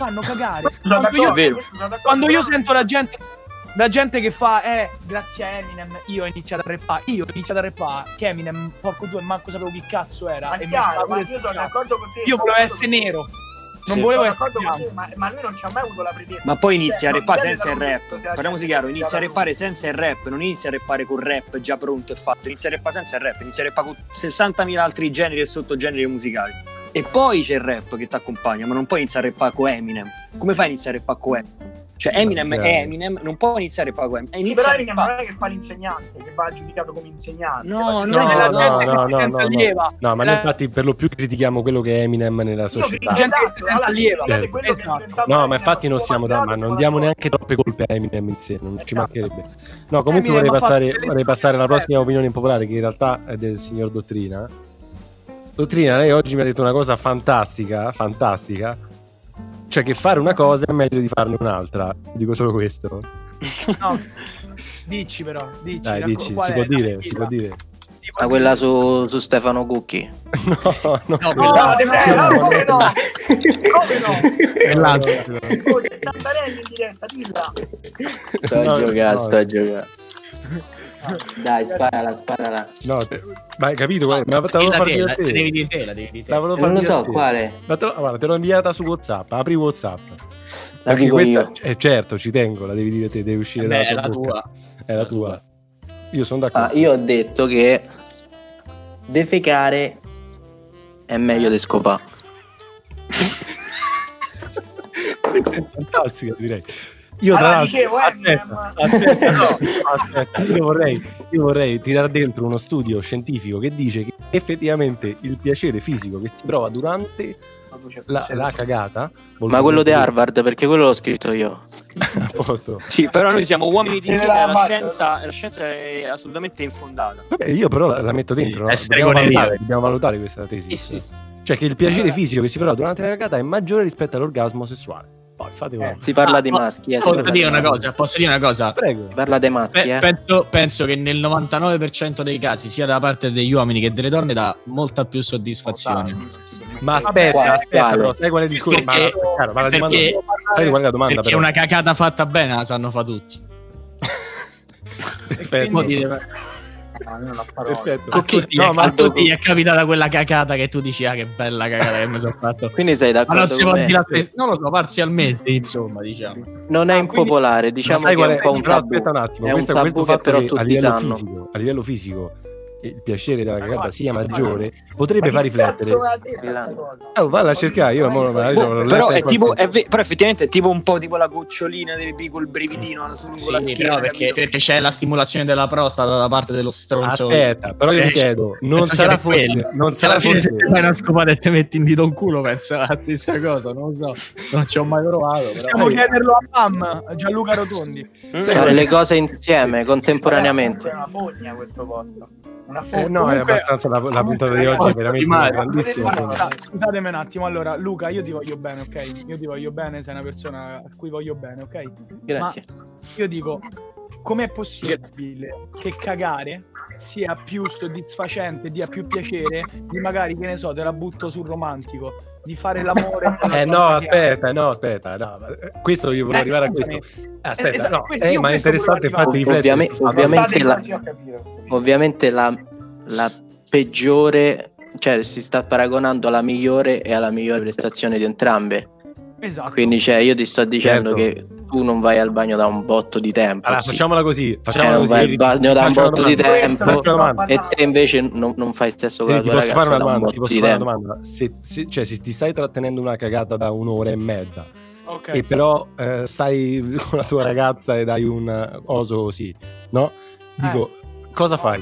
Quando io sento la gente che fa grazie a Eminem io ho iniziato a rappare che Eminem, porco due, manco sapevo chi cazzo era. Ma io sono d'accordo con te. Io volevo essere nero. Non volevo essere te, ma lui non ci ha mai avuto la pretesa. Ma poi inizia a rappare senza il rap. Parliamoci chiaro, inizia a rappare senza il rap, non inizia a rappare col rap già pronto e fatto, inizia a rappare senza il rap, inizia a rappare con 60.000 altri generi e sottogeneri musicali. E poi c'è il rap che ti accompagna, ma non puoi iniziare a rappare con Eminem. Come fai a iniziare a rappare con Eminem? Cioè Eminem è Eminem, non può iniziare a rappare con Eminem. Sì, però Eminem non è che fa l'insegnante, che va giudicato come insegnante. No, ma noi infatti per lo più critichiamo quello che è Eminem nella società. No, ma infatti non diamo neanche troppe colpe a Eminem in sé, non ci mancherebbe. No, comunque vorrei passare alla prossima opinione impopolare, che in realtà è del signor Dottrina. Dottrina, lei oggi mi ha detto una cosa fantastica, cioè che fare una cosa è meglio di farne un'altra. Dico solo questo. No, dici però, dici. Dai, dici, si può dire. Ma quella su Stefano Cucchi? No, come no? È l'altro. Santarelli in diretta, dilla. Sto a giocare. Dai, sparala. No, ma hai capito? Ma te lo far dire te. Devi dire te. Non lo so, quale? Guarda, te l'ho inviata su WhatsApp. Apri WhatsApp. La dico questa, certo, ci tengo, la devi dire te, devi uscire dalla tua bocca. È la tua. Io sono d'accordo. Io ho detto che defecare è meglio di scopare. Questa è fantastica, direi. Io tra l'altro aspetta, io vorrei tirare dentro uno studio scientifico che dice che effettivamente il piacere fisico che si prova durante la cagata, ma quello di Harvard, perché quello l'ho scritto io. Sì, però noi siamo uomini di chiesa, la scienza è assolutamente infondata. Vabbè, io però la metto dentro, no? Dobbiamo valutare questa tesi. Sì. Cioè che il piacere fisico che si prova durante la cagata è maggiore rispetto all'orgasmo sessuale. Si parla di maschi. Posso dire una cosa? Prego. Si parla dei maschi. Penso che nel 99% dei casi, sia da parte degli uomini che delle donne, dà molta più soddisfazione. Ma aspetta, però, sai qual è il discorso? Sai qual è la domanda? Perché una cacata fatta bene la sanno fa tutti. Perfetto. A tutti è capitata quella cacata che tu dici che bella cacata che mi sono fatto. Quindi sei d'accordo? Ma non si può dire la stessa, non lo so, parzialmente, insomma, diciamo. Non è impopolare, diciamo che è un po' un tabù. Aspetta un attimo, è questo un tabù fatto che però che tutti sanno. a livello fisico il piacere della cagata sia maggiore potrebbe far riflettere. Valla a cercare, io però è tipo però effettivamente è tipo un po' tipo la gocciolina del piccolo brividino sulla schiena, perché c'è la stimolazione della prostata da parte dello stronzo. Aspetta, però io mi chiedo, non sarà quello, non sarà forse se fai una scopata e te metti in dito un culo, penso la stessa cosa, non lo so, non ci ho mai provato. Possiamo chiederlo a Pam, Gianluca Rotondi. Fare le cose insieme, contemporaneamente. Una fogna questo posto. No, comunque... è abbastanza la puntata di oggi è veramente grandissima. Scusatemi un attimo, allora Luca, io ti voglio bene, ok? Io ti voglio bene, sei una persona a cui voglio bene, ok? Grazie. Ma io dico, com'è possibile che cagare sia più soddisfacente, dia più piacere di magari, che ne so, te la butto sul romantico, di fare l'amore? Aspetta. Questo io volevo arrivare a questo. Aspetta, ma è interessante infatti ovviamente la peggiore, cioè si sta paragonando alla migliore e alla migliore prestazione di entrambe. Esatto. Quindi io ti sto dicendo che tu non vai al bagno da un botto di tempo. Allora, facciamola così. Non vai al bagno da un botto di tempo e te invece non fai stesso con la tua ragazza. Ti posso fare una domanda? Se ti stai trattenendo una cagata da 1 ora e mezza, e però stai con la tua ragazza e dai un oso così, no? Dico, cosa fai?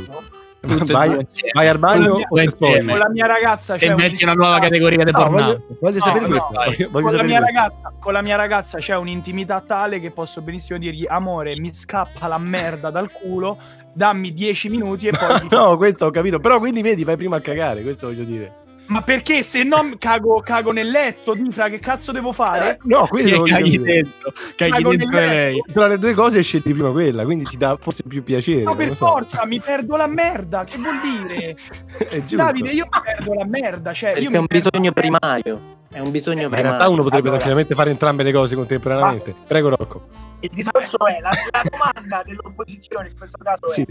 Vai al bagno con la mia ragazza c'è metti una nuova categoria di porno. Voglio sapere questo. Con la mia ragazza c'è un'intimità tale che posso benissimo dirgli: amore, mi scappa la merda dal culo, dammi 10 minuti e poi no, questo ho capito, però quindi vedi, vai prima a cagare, questo voglio dire. Ma perché se no cago nel letto, Difra, che cazzo devo fare? No, quindi caghi dentro lei. Tra le due cose scegli prima quella, quindi ti dà forse più piacere. No, per forza, mi perdo la merda, che vuol dire? Davide, io mi perdo la merda, cioè perché è un bisogno primario. È un bisogno primario. In realtà uno potrebbe tranquillamente fare entrambe le cose contemporaneamente. Prego, Rocco. Il discorso è la domanda dell'opposizione in questo caso è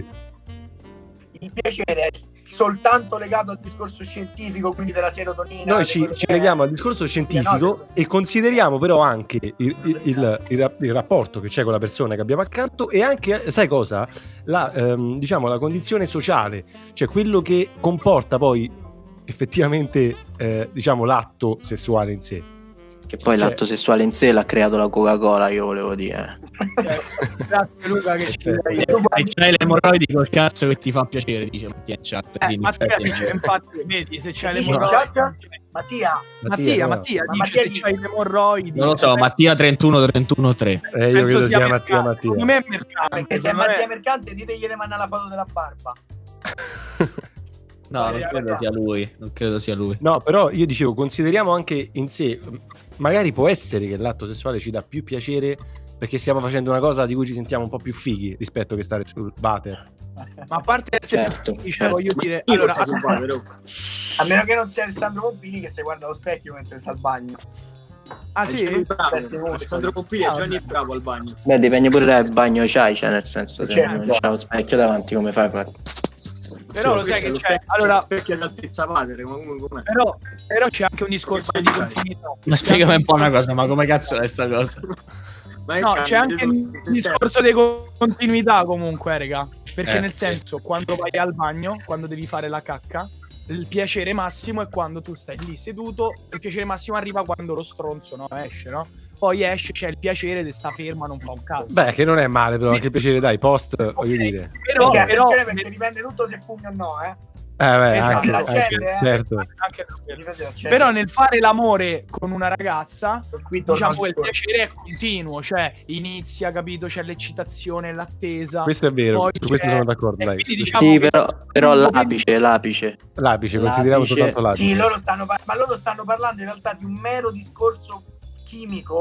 il piacere è soltanto legato al discorso scientifico, quindi della serotonina. Noi ci leghiamo al discorso scientifico e consideriamo però anche il rapporto che c'è con la persona che abbiamo accanto e anche, sai cosa? La condizione sociale, cioè quello che comporta poi effettivamente l'atto sessuale in sé. Che poi l'atto sessuale in sé l'ha creato la Coca-Cola, io volevo dire. Grazie Luca che ci dai. C'hai le emorroidi col cazzo che ti fa piacere, dice Mattia in chat. Mattia dice, infatti, vedi, se c'hai le emorroidi. Mattia dice se c'hai le emorroidi. Non lo so, Mattia 31-31-3. Io credo sia Mattia. Non è mercante. Perché se è Mattia mercante, ditegli manda la foto della barba. No, non credo sia lui. No, però io dicevo, consideriamo anche in sé, magari può essere che l'atto sessuale ci dà più piacere perché stiamo facendo una cosa di cui ci sentiamo un po' più fighi rispetto che stare sul water. Ma a parte essere voglio dire, allora, a meno che non sia Alessandro Pompini che si guarda allo specchio mentre sta al bagno. Ah sì? Alessandro Pompini è Gianni bravo al bagno. Beh, dipende pure dal bagno c'hai, cioè nel senso se non c'è lo specchio davanti come fai a fare? Però lo sai che c'è, allora specchio all'altezza madre, però c'è anche un discorso di continuità. Ma spiegami un po' una cosa, ma come cazzo è sta cosa? No, c'è anche un discorso di continuità comunque, raga. Perché nel senso, quando vai al bagno, quando devi fare la cacca, il piacere massimo è quando tu stai lì seduto, il piacere massimo arriva quando lo stronzo esce, no? Poi esce, c'è il piacere di sta ferma, non fa un cazzo. Beh, che non è male, però anche il piacere dai post, voglio dire. Però perché dipende tutto se fumi o no, esatto, certo. Però nel fare l'amore con una ragazza, diciamo che il piacere è continuo, cioè inizia, capito? C'è l'eccitazione, l'attesa. Questo è vero, su questo sono d'accordo. Dai. Diciamo sì, però l'apice, consideriamo soltanto l'apice. Sì, loro stanno parlando in realtà di un mero discorso chimico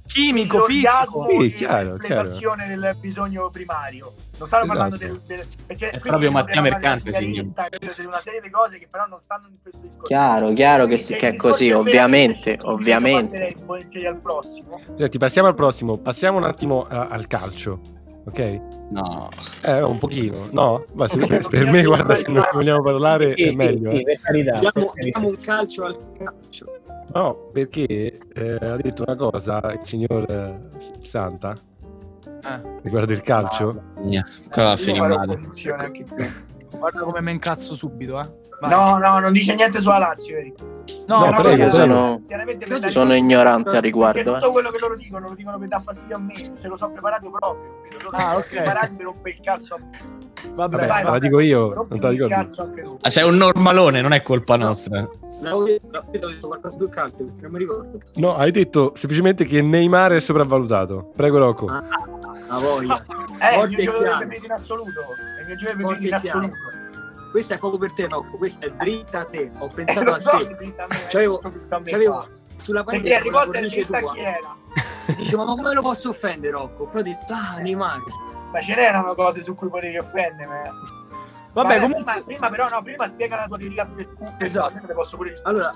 chimico, fisico. Sì, chiaro. L'interpretazione del bisogno primario. Non stanno parlando perché è proprio Mattia Mercante, signor. Una serie di cose che però non stanno in questo discorso. Chiaro che è così, ovviamente. Al prossimo. Senti, passiamo al prossimo. Passiamo un attimo al calcio. Ok? No. Un pochino. No? Ma per me, guarda, se non vogliamo parlare è meglio. Sì, per carità. Diamo un calcio al calcio. No, perché ha detto una cosa il signor Santa riguardo il calcio. Qua finì male. Guarda come me incazzo subito, Vai. No, non dice niente sulla Lazio, vedi? No, prego, sono ignorante a riguardo. Tutto quello che loro dicono, lo dicono per dar fastidio a me, se lo so preparato proprio. Ok. Prepararmi rompe il cazzo. Vabbè, te la dico io, non te la ricordo. Sei un normalone, non è colpa nostra. Ho detto qualcosa sul calcio, perché non mi ricordo. No, hai detto semplicemente che Neymar è sopravvalutato. Prego, Rocco. La voglia. Il mio giocatore preferito in assoluto. Il mio giocatore preferito in assoluto. Questa è proprio per te, Rocco. Questa è dritta a te. Ho pensato a te. C'avevo sulla parete perché Harry la Potter cornice tua. Chi era? Dicevo, ma come lo posso offendere, Rocco? Poi ho detto, Neymar. Ma ce n'erano cose su cui potevi offendermi. Vabbè, comunque prima spiega la tua teoria del culo. Esatto. Posso pure Allora,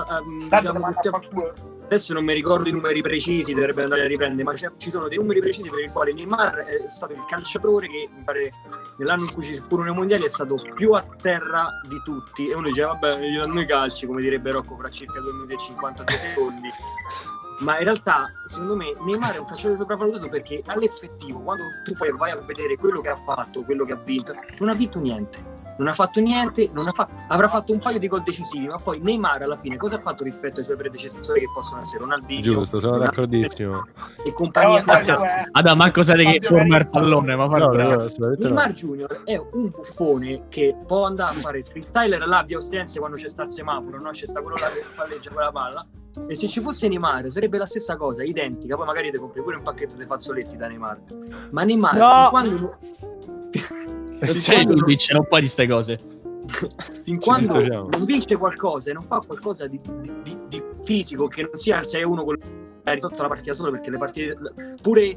adesso non mi ricordo i numeri precisi, dovrebbe andare a riprendere, ma ci sono dei numeri precisi per i quali Neymar è stato il calciatore che mi pare nell'anno in cui ci furono i mondiali è stato più a terra di tutti. E uno diceva, vabbè, gli danno i calci, come direbbe Rocco, fra circa 2 minuti e 52 secondi. Ma in realtà, secondo me, Neymar è un calciatore sopravvalutato perché all'effettivo, quando tu poi vai a vedere quello che ha fatto, quello che ha vinto, non ha vinto niente. Non ha fatto niente, avrà fatto un paio di gol decisivi, ma poi Neymar alla fine cosa ha fatto rispetto ai suoi predecessori che possono essere Ronaldinho? Giusto, sono d'accordissimo. E compagnia. Manco sai che forma il pallone, ma Neymar Junior è un buffone che può andare a fare il freestyler là via Ostiense quando c'è sta il semaforo, no? C'è sta quello là che palleggia con la palla. E se ci fosse Neymar sarebbe la stessa cosa, identica. Poi magari ti compri pure un pacchetto di fazzoletti da Neymar. Ma Neymar quando non sei tu, dice, non puoi di ste cose. Fin quando non vince qualcosa e non fa qualcosa di fisico, che non sia il 6-1 con sotto la partita solo, perché le partite pure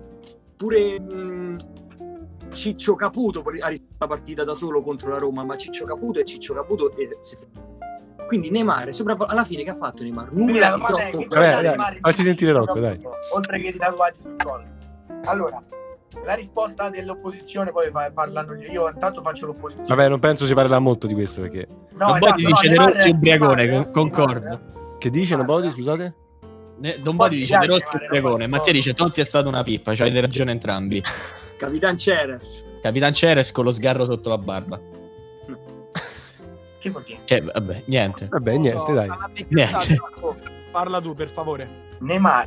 Ciccio Caputo ha risolto la partita da solo contro la Roma, ma Ciccio Caputo è Ciccio Caputo quindi Neymar alla fine che ha fatto Neymar? Nulla di troppo. Facci sentire Rocco, dai. Oltre che di tatuaggi sul collo. Allora, la risposta dell'opposizione, poi parlando io intanto faccio l'opposizione. Vabbè, non penso si parlerà molto di questo, perché non Bodi dice De Rossi ubriacone, concordo. Che dice non Bodi, scusate? Don Bodi dice De Rossi ubriacone, Mattia dice Totti è stata una pippa, cioè avete ragione entrambi. Capitan Ceres con lo sgarro sotto la barba. Che vuol dire? Vabbè, niente, dai. Niente. Parla tu, per favore. Neymar.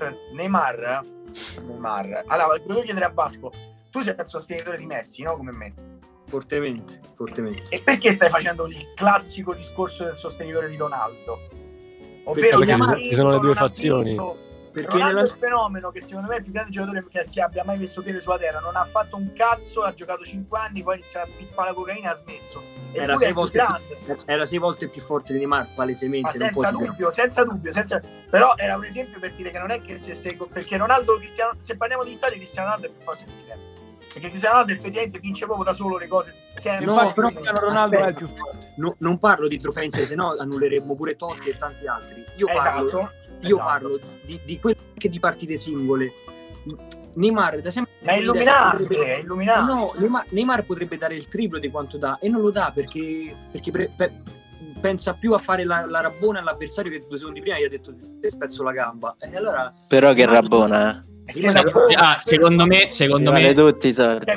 Allora, volevo chiedere a Vasco, tu sei il sostenitore di Messi, no? Come me. Fortemente. E perché stai facendo il classico discorso del sostenitore di Ronaldo? Ovvero ci sono le due fazioni. Perché Ronaldo è il fenomeno che secondo me è il più grande giocatore che si abbia mai messo piede sulla terra. Non ha fatto un cazzo, ha giocato 5 anni, poi ha iniziato a pippare la cocaina e ha smesso. Era 6 volte più forte di Neymar, palesemente. Ma senza dubbio. Però era un esempio per dire che non è che perché Ronaldo, se parliamo di Italia, Cristiano Ronaldo è più forte di Neymar. Perché Cristiano Ronaldo effettivamente vince proprio da solo le cose. Infatti, però Cristiano Ronaldo è il più forte. Non parlo di trofei in sé, se no annulleremmo pure Totti e tanti altri. Io parlo di quelle che di partite singole. Neymar da sempre è illuminante. No, Neymar potrebbe dare il triplo di quanto dà e non lo dà perché pensa più a fare la rabbona all'avversario che 2 secondi prima gli ha detto ti spezzo la gamba. E allora però che rabbona, secondo me vale tutti i soldi.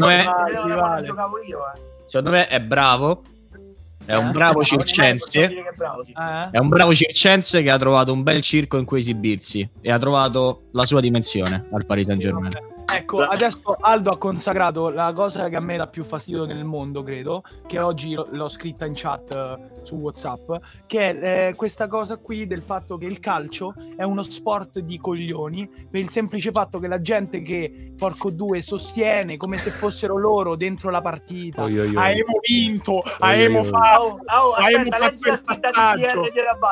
Secondo me è bravo. È un bravo circense. È un bravo circense che ha trovato un bel circo in cui esibirsi e ha trovato la sua dimensione al Paris Saint-Germain. Ecco, adesso Aldo ha consacrato la cosa che a me dà più fastidio nel mondo, credo, che oggi l'ho scritta in chat su WhatsApp, che è questa cosa qui del fatto che il calcio è uno sport di coglioni, per il semplice fatto che la gente che, porco due, sostiene come se fossero loro dentro la partita. Abbiamo vinto, abbiamo fatto il passaggio.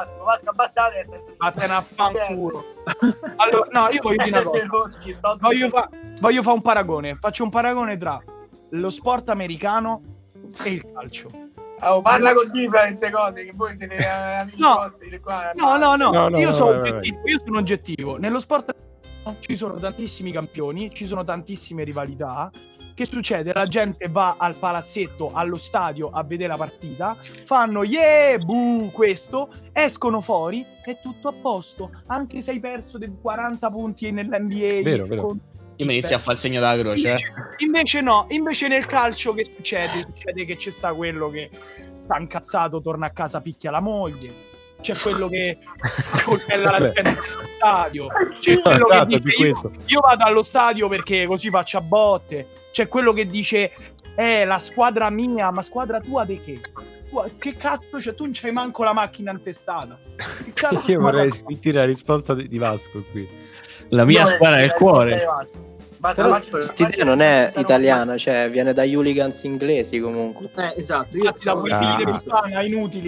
Vattene a fanculo. Allora, no, io voglio dire una cosa. Voglio fare un paragone. Faccio un paragone tra lo sport americano e il calcio. Parla così fra queste cose che voi siete amici vostri qua. No, io sono oggettivo. Nello sport ci sono tantissimi campioni, ci sono tantissime rivalità. Che succede? La gente va al palazzetto, allo stadio a vedere la partita, fanno questo, escono fuori, è tutto a poto, anche se hai perso dei 40 punti nell'NBA. Vero. Io mi inizio a fare il segno della croce. Invece nel calcio che succede? Succede che c'è sta quello che sta incazzato, torna a casa, picchia la moglie. C'è quello che coltella la gente allo stadio. C'è quello che dice io vado allo stadio perché così faccio a botte. C'è quello che dice la squadra mia, ma squadra tua di che? Che cazzo c'è? Tu non c'hai manco la macchina antestata. Io vorrei sentire la risposta di Vasco qui. La mia squadra è il cuore. Però quest'idea non è italiana, cioè viene dagli hooligans inglesi comunque. Esatto, io figli di Spagna,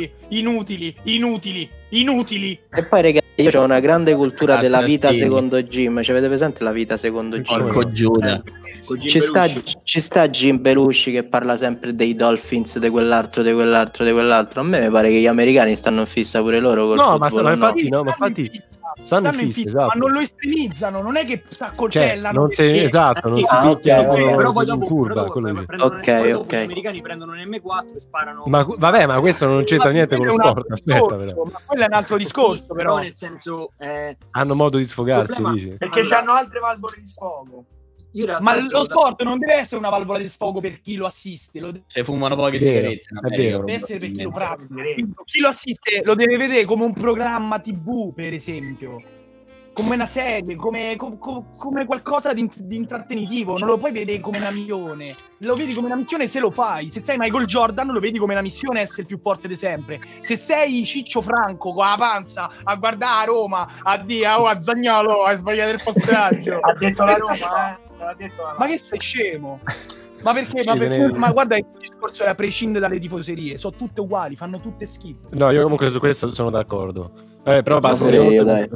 inutili. E poi ragazzi, io ho una grande cultura della vita secondo Jim. Cioè, avete presente la vita secondo Jim? Porco Giuda. Ci sta Jim Belushi che parla sempre dei Dolphins, di quell'altro. A me mi pare che gli americani stanno in fissa pure loro col football, infatti stanno in fissa, esatto. Ma non lo estremizzano, non è che s'accoltellano. Non si picchiano però poi dopo in curva. Ok. Gli americani prendono un M4 e sparano. Ma questo non c'entra niente con lo sport. Aspetta, però. Ma quello è un altro discorso, però. Nel senso hanno modo di sfogarsi, dice. Perché hanno altre valvole di sfogo. Ma lo sport non deve essere una valvola di sfogo per chi lo assiste. Se fumano poche sigarette, deve essere per chi lo pratica. Chi lo assiste lo deve vedere come un programma TV, per esempio, come una serie, come qualcosa di intrattenitivo. Non lo puoi vedere come una missione. Lo vedi come una missione se lo fai. Se sei Michael Jordan lo vedi come una missione essere il più forte di sempre. Se sei Ciccio Franco con la panza a guardare a Roma, a Zagnolo, hai sbagliato il postaggio. Ha detto la Roma, Ma che sei scemo? Ma perché? Ma guarda, il discorso è a prescindere dalle tifoserie, sono tutte uguali, fanno tutte schifo. No, io comunque su questo sono d'accordo. Però basta. Pure io, dai.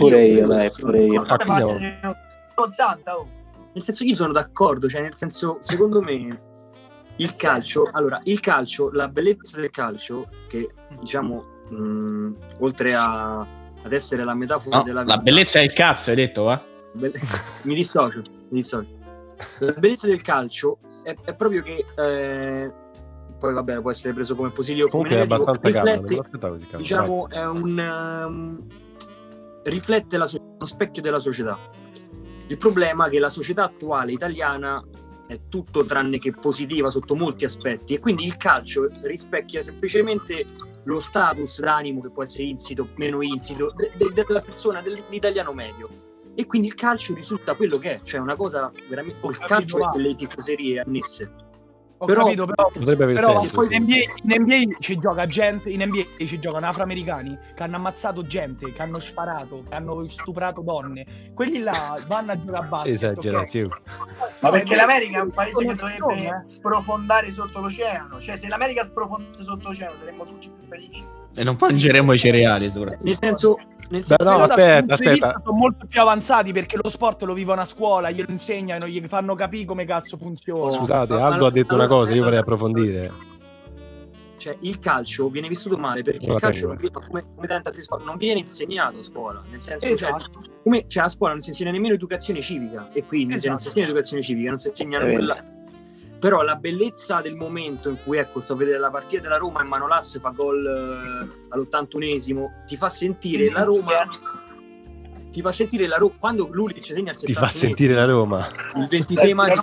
Nel senso, io sono d'accordo, cioè nel senso, secondo me il calcio, la bellezza del calcio, che diciamo oltre ad essere la metafora della vita, la bellezza è il cazzo, hai detto, va? Mi dissocio. La bellezza del calcio è proprio che poi vabbè, può essere preso come positivo, comunque è abbastanza riflette, diciamo, è riflette uno specchio della società. Il problema è che la società attuale italiana è tutto tranne che positiva sotto molti aspetti, e quindi il calcio rispecchia semplicemente lo status d'animo che può essere insito, meno insito, della persona, dell'italiano medio. E quindi il calcio risulta quello che è, cioè una cosa veramente. Il calcio e delle tifoserie annesse. Però potrebbe aver senso. Poi in NBA ci gioca gente, in NBA ci giocano afroamericani che hanno ammazzato gente, che hanno sparato, che hanno stuprato donne. Quelli là vanno a giocare a basket. Esagerazione. Okay? Ma perché l'America è un paese che dovrebbe sprofondare sotto l'oceano. Cioè, se l'America sprofondasse sotto l'oceano saremmo tutti più felici. E non mangeremo i cereali, soprattutto. Nel senso no, aspetta. Sono molto più avanzati perché lo sport lo vivono a scuola, glielo insegnano, gli fanno capire come cazzo funziona. Scusate, Aldo ha detto una cosa, io vorrei approfondire. Cioè, il calcio viene vissuto male perché il calcio, come tanti altri sport, non viene insegnato a scuola. Nel senso, cioè a scuola non si insegna nemmeno educazione civica, e quindi se non si insegna educazione civica non si insegna nulla. Però la bellezza del momento in cui, ecco, sto a vedere la partita della Roma e Manolas fa gol all'81esimo, ti fa sentire la Roma. Ti fa sentire la Roma quando Lulic segna al 71esimo. Ti fa sentire la Roma. Il 26 maggio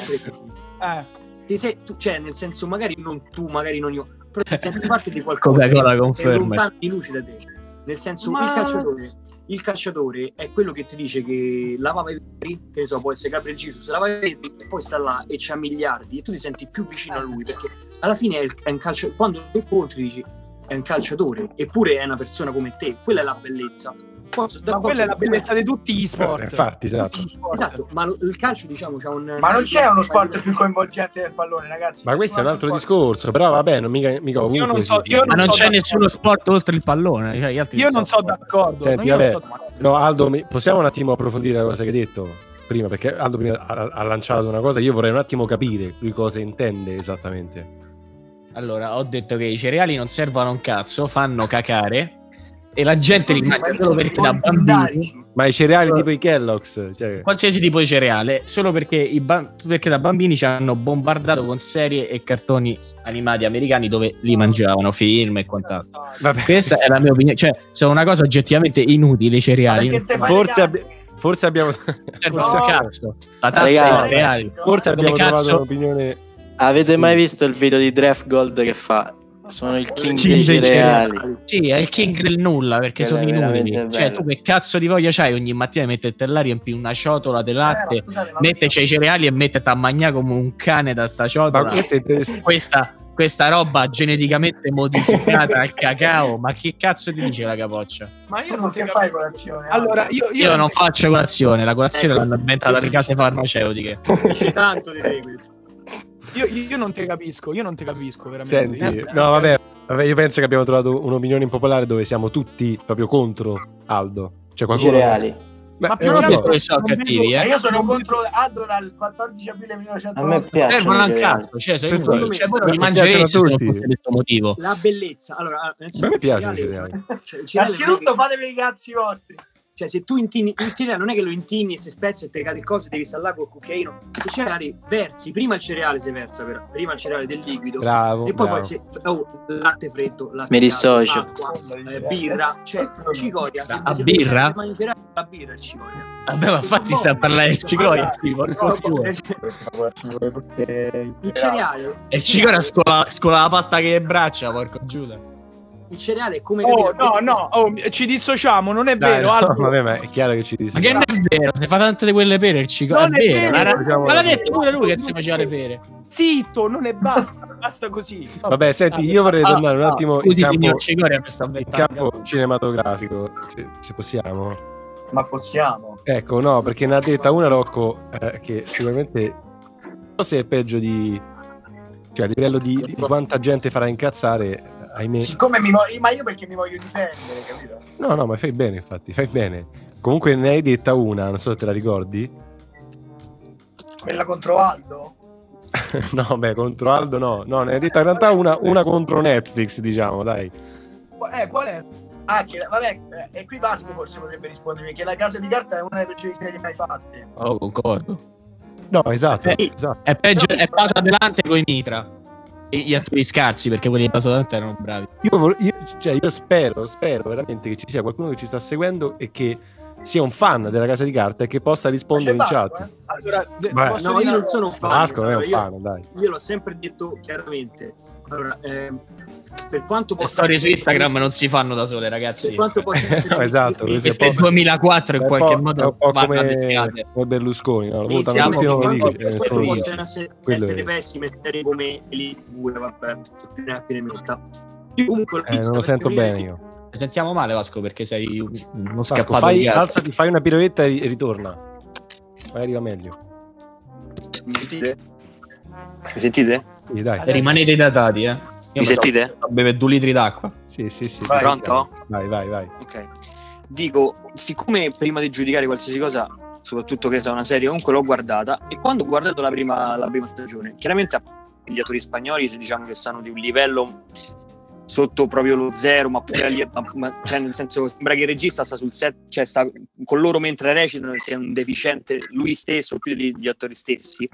2003. Cioè, nel senso, magari non tu, magari non io, però ti senti parte di qualcosa che è lontano di luce da te. Nel senso, il calciatore il calciatore è quello che ti dice che lavava i vetri, che ne so, può essere Gabriel Jesus, lavava i vetri e poi sta là e c'ha miliardi e tu ti senti più vicino a lui, perché alla fine è un calciatore. Quando lo incontri dici è un calciatore, eppure è una persona come te, quella è la bellezza. Ma quella è la bellezza di tutti gli sport. Infatti, esatto. Esatto, ma il calcio, diciamo, c'ha un... Ma non c'è uno sport più coinvolgente del pallone, ragazzi. Ma questo è un altro discorso, però vabbè, non mica ovunque. Ma non c'è nessuno sport oltre il pallone. Cioè, gli altri io non so d'accordo. Senti, vabbè, no, Aldo, possiamo un attimo approfondire la cosa che hai detto prima, perché Aldo prima ha lanciato una cosa, io vorrei un attimo capire lui cosa intende esattamente. Allora, ho detto che i cereali non servono a un cazzo, fanno cacare e la gente li mangia solo perché da bambini. Ma i cereali tipo i Kellogg's, cioè... qualsiasi tipo di cereale, solo perché perché da bambini ci hanno bombardato con serie e cartoni animati americani dove li mangiavano, film e quant'altro. Vabbè. Questa è la mia opinione, cioè sono una cosa oggettivamente inutile i cereali. Forse abbiamo cazzo, la tazza di cereali. Forse abbiamo trovato un'opinione. Avete mai visto il video di Draft Gold che fa? Sono il king dei cereali. Sì, è il king del nulla, perché sono inutili. Cioè, tu che cazzo di voglia c'hai ogni mattina di metterti là, riempi una ciotola di latte, metteci i cereali e mettete a mangiare come un cane da sta ciotola. Questa roba geneticamente modificata al cacao, ma che cazzo ti dice la capoccia? Ma io non ti fai colazione. Allora, io non faccio colazione, la colazione l'hanno inventata le case farmaceutiche. C'è tanto di te questo. Io non te capisco veramente. Senti, no, vabbè, io penso che abbiamo trovato un'opinione impopolare dove siamo tutti proprio contro Aldo. Cioè qualcuno... cereali. Ma più non so che sono cattivi, Io sono contro Aldo dal 14 aprile 1990. A me piace. Ma non cazzo, cioè voi non li mangerete se non per questo motivo. La bellezza. Allora, a me piacciono i cereali. Innanzitutto fatevi i cazzi vostri. Cioè, se tu intini il cereale, non è che lo intini e se spezzi e te cade cose, devi stare là col cucchiaino. I cereali versi, prima il cereale si versa, prima il cereale del liquido. Bravo, e poi bravo. latte freddo, latte Mi dissocio. acqua, birra, cioè cicoria. A birra? La birra e cicoria. Vabbè, ma infatti sta a parlare del cicoria. Il cereale. E il cicoria scola la pasta che è braccia, porco Giuda. Il cereale è come ci dissociamo, non è Dai, vero. no, Aldo. vabbè, ma è chiaro che ci Ma che non è vero, se fa tante di quelle pere il cicoria. Non è vero. Ma l'ha detto pure lui che si faceva le pere. Zitto, non è basta così. Vabbè, senti, io vorrei tornare un attimo scusi, in signor Cicoria, mi sta in campo cinematografico, se possiamo. Ma possiamo. Ecco, no, perché ne ha detta una Rocco che sicuramente non so se è peggio di... Cioè, a livello di quanta gente farà incazzare, ahimè. Siccome ma io perché mi voglio difendere, capito? No, ma fai bene, infatti, fai bene. Comunque ne hai detta una, non so se te la ricordi. Quella contro Aldo? No, beh, contro Aldo no. No, ne hai detta in realtà una contro Netflix, diciamo, dai. Qual è? Ah, vabbè, e qui Vasco forse potrebbe rispondermi che La Casa di Carta è una delle peggiori serie mai fatte. Oh, concordo. No, esatto. È peggio, è Paso Adelante con i Mitra. E gli attori scarsi, perché quelli di Paso Adelante erano bravi. Io spero veramente che ci sia qualcuno che ci sta seguendo e che sia un fan della Casa di Carta e che possa rispondere in chat. Allora, no, io non sono un fan. Vasco non è un fan, dai. Io l'ho sempre detto chiaramente. Allora, per quanto le storie su Instagram non si fanno da sole, ragazzi. Per quanto possa essere no, esatto, questo è il 2004 in qualche modo è un po' come Berlusconi, no? Possono essere pessime serie come Elite 2, vabbè, comunque non lo sento bene io. Sentiamo male, Vasco, perché sei uno Vasco, scappato. Alzati, fai una piroetta e ritorna. Magari va meglio. Mi sentite? Sì, dai. Rimanete idratati, Mi sentite? Beve 2 litri d'acqua. Sì. Vai, pronto? Vai. Ok. Dico, siccome prima di giudicare qualsiasi cosa, soprattutto che sia una serie, comunque l'ho guardata, e quando ho guardato la prima stagione, chiaramente gli attori spagnoli, se diciamo che stanno di un livello sotto proprio lo zero, ma pure cioè nel senso, sembra che il regista sta sul set, cioè sta con loro mentre recitano, sia un deficiente lui stesso più degli attori stessi.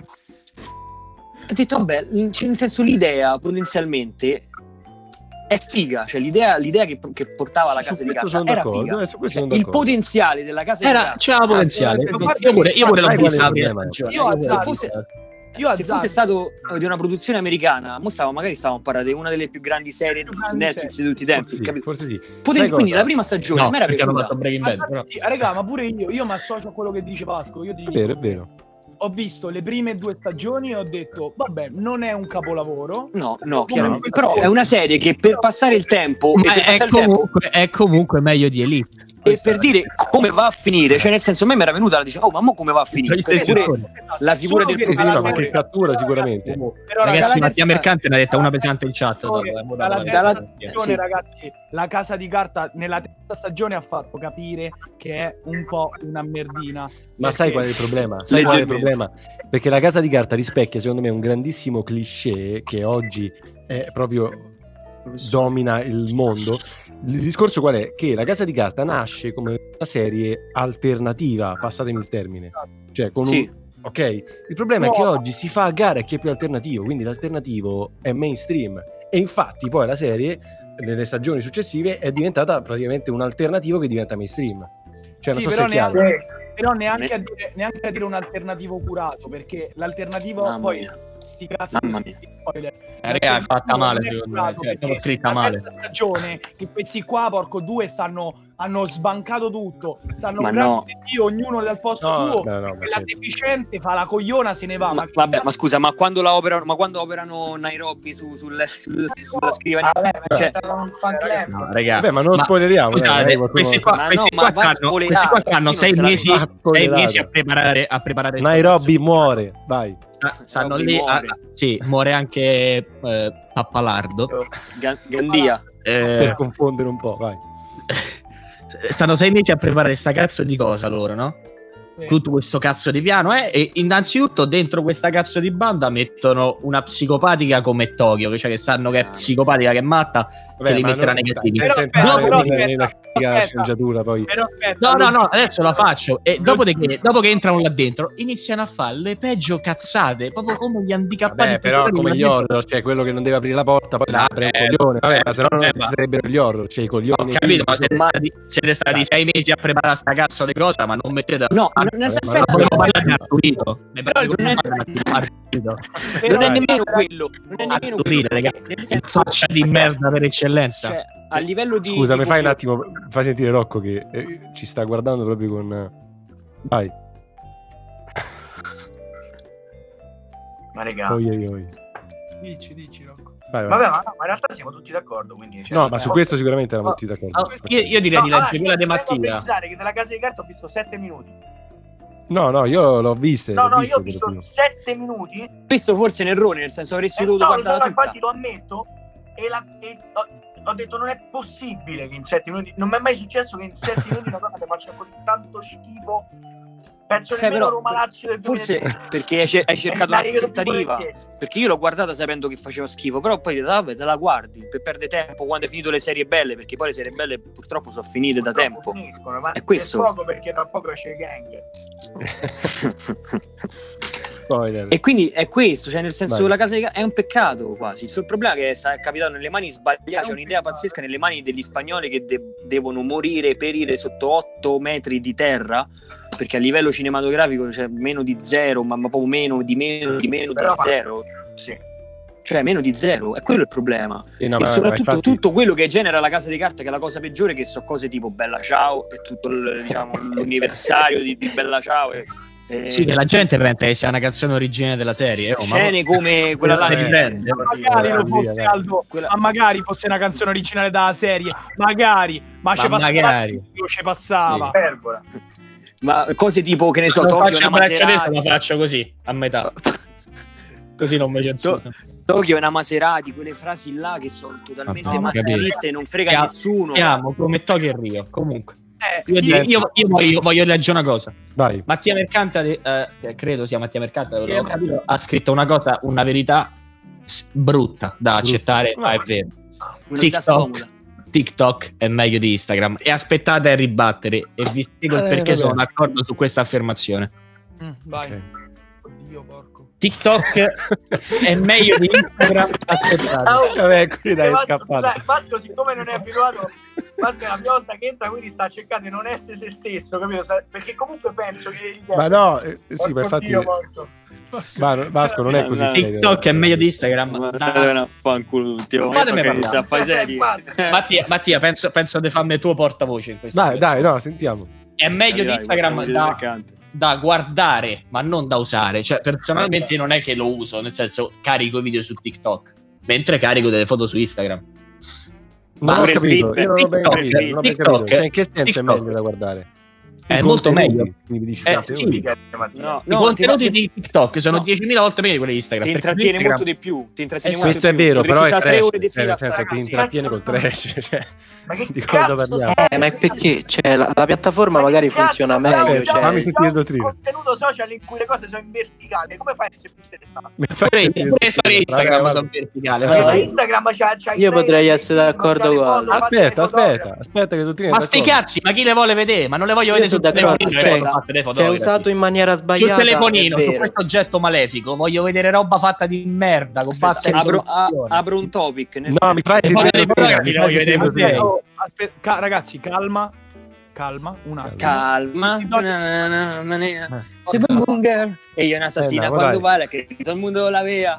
Ho detto vabbè, cioè, nel senso, l'idea potenzialmente è figa, cioè l'idea che portava la Casa di Carta era figa, cioè, il potenziale della Casa di Carta c'era potenziale. Io pure l'ho vista la prima stagione. Se fosse stato di una produzione americana, magari stavamo parlando di una delle più grandi serie su Netflix di tutti i tempi. Forse sì. Quindi la prima stagione a me era piaciuta. Raga, ma pure io mi associo a quello che dice Pasco. Io ti dico, è vero. Ho visto le prime 2 stagioni e ho detto, vabbè, non è un capolavoro. No, chiaramente. Però è una serie che per passare il tempo è comunque meglio di Elite. E per dire come va a finire, cioè nel senso a me mi era venuta la dice, ma mo come va a finire? La figura del professore che cattura sicuramente. Però, ragazzi, Mattia Mercante ne ha detta una pesante in chat. Dalla terza stagione, ragazzi, La Casa di Carta nella terza stagione ha fatto capire che è un po' una merdina. Ma sai qual è il problema? Sai qual è il problema? Perché La Casa di Carta rispecchia secondo me un grandissimo cliché che oggi è proprio domina il mondo. Il discorso qual è? Che La Casa di Carta nasce come una serie alternativa, passatemi il termine, cioè con ok? Il problema è che oggi si fa a gara a chi è più alternativo, quindi l'alternativo è mainstream e infatti poi la serie nelle stagioni successive è diventata praticamente un alternativo che diventa mainstream. Cioè, non so se è chiaro. Però neanche a dire un alternativo curato, perché l'alternativo poi sti cazzi di spoiler. È fatta male, secondo me. È scritta male. La stagione che questi qua, porco due, hanno sbancato tutto. Stanno ognuno dal posto suo. La deficiente fa la cogliona, se ne va. Ma scusa, ma quando operano Nairobi sulla scrivania, no, raga, vabbè, ma non lo spoileriamo. Scusate, questi qua stanno 6 mesi a preparare Nairobi muore, vai. Stanno lì muore anche Pappalardo Gandia per confondere un po', vai. Stanno 6 mesi a preparare sta cazzo di cosa loro, no? Tutto questo cazzo di piano e innanzitutto dentro questa cazzo di banda mettono una psicopatica come Tokyo, cioè che sanno che è psicopatica, che è matta, che li metterà nei casini. No, adesso la faccio e dopo che entrano là dentro iniziano a fare le peggio cazzate, proprio come gli handicappati. Però come gli horror, cioè quello che non deve aprire la porta poi la apre un coglione. Vabbè, ma se no non sarebbero gli horror, cioè i coglioni. Ho capito, ma siete stati 6 mesi a preparare sta cazzo di cosa, ma non mettete non è nemmeno quello, faccia di merda per eccellenza. Cioè, a livello di scusa, mi fai un attimo, fai sentire Rocco che ci sta guardando proprio con vai. Ma regà, dici Rocco. Vai. Vabbè, ma in realtà siamo tutti d'accordo, quindi no, ma su questo sicuramente eravamo tutti d'accordo. Io direi di leggere quella di Mattia. Pensare che nella Casa di Carta ho visto 7 minuti. No, io l'ho vista. Io ho visto 7 minuti. Questo forse è un errore, nel senso avresti dovuto guardare tutta. Infatti lo ammetto e ho detto non è possibile che in 7 minuti, non mi è mai successo che in 7 minuti una cosa ti faccia così tanto schifo. Penso nemmeno Roma Lazio del 2003. Forse perché hai cercato un'aspettativa, perché io l'ho guardata sapendo che faceva schifo, però poi vabbè, te la guardi per perdere tempo quando hai finito le serie belle, perché poi le serie belle purtroppo sono finite da tempo. Ma è questo. È poco, perché tra poco esce Gang. E quindi è questo, cioè nel senso La Casa di Carta è un peccato quasi. Il problema è che è capitato nelle mani sbagliate, c'è un'idea pazzesca nelle mani degli spagnoli che devono morire, perire sotto 8 metri di terra, perché a livello cinematografico c'è meno di zero, ma proprio meno di zero. Sì. Cioè meno di zero, è quello il problema. E soprattutto tutto quello che genera La Casa di Carta, che è la cosa peggiore, che so cose tipo Bella Ciao e tutto l'anniversario di Bella Ciao sì, che la gente pensa che sia una canzone originale della serie. Scene come quella là magari fosse una canzone originale della serie, magari, ma ci passava. Sì. Ma cose tipo, che ne so, Tokyo è una Maserati. La faccio così, a metà. Così non mi Tokyo è una Maserati, quelle frasi là che sono totalmente maschiliste e non frega nessuno. Siamo come Tokyo e Rio, comunque. Io voglio leggere una cosa. Vai. Mattia Mercante, credo sia Mattia Mercante, ha scritto una cosa, una verità brutta da accettare, ma è vero. TikTok è meglio di Instagram e aspettate a ribattere e vi spiego il perché sono d'accordo su questa affermazione. Vai. Okay. Oddio, porco. TikTok è meglio di Instagram. Aspettate. Vabbè, qui dai, è scappato. Vasco, siccome non è abituato, Vasco è la prima volta che entra, quindi sta cercando di non essere se stesso, capito? Perché comunque penso che ma no, sì, ma infatti Vasco non è così serio. TikTok è meglio di Instagram. Fanculo Mattia, penso di farmi tuo portavoce in questo. Dai, no, sentiamo. È meglio di Instagram da guardare, ma non da usare. Cioè, personalmente non è che lo uso, nel senso carico video su TikTok, mentre carico delle foto su Instagram. Ma non ho capito, io non ho ben capito. TikTok, cioè, in che senso è meglio da guardare? È molto meglio. Mi dici Sì. I contenuti di TikTok sono 10.000 volte meglio di quelli di Instagram. Ti intrattiene molto di più. Questo è vero, però è trash, 3 ore di fila, nel senso ti intrattiene col trash. Cioè, Ma che di cosa cazzo parliamo? Ma è perché la piattaforma magari funziona meglio. Cioè... Fammi sentire il dottrino. Un contenuto social in cui le cose sono in verticale, come fai a essere più interessante? Pure fare Instagram sono verticale. Ma Instagram c'ha Io potrei essere d'accordo con... Aspetta che il dottrino. Ma sti cazzi, ma chi le vuole vedere? Ma non le voglio vedere sul telefonino. Che è usato in maniera sbagliata. Sul telefonino, su questo oggetto malefico, voglio vedere roba fatta di merda. Con apro un topic. No, mi fai ragazzi, calma, un attimo. Calma. E io una assassina quando vale che tutto il mondo la vea.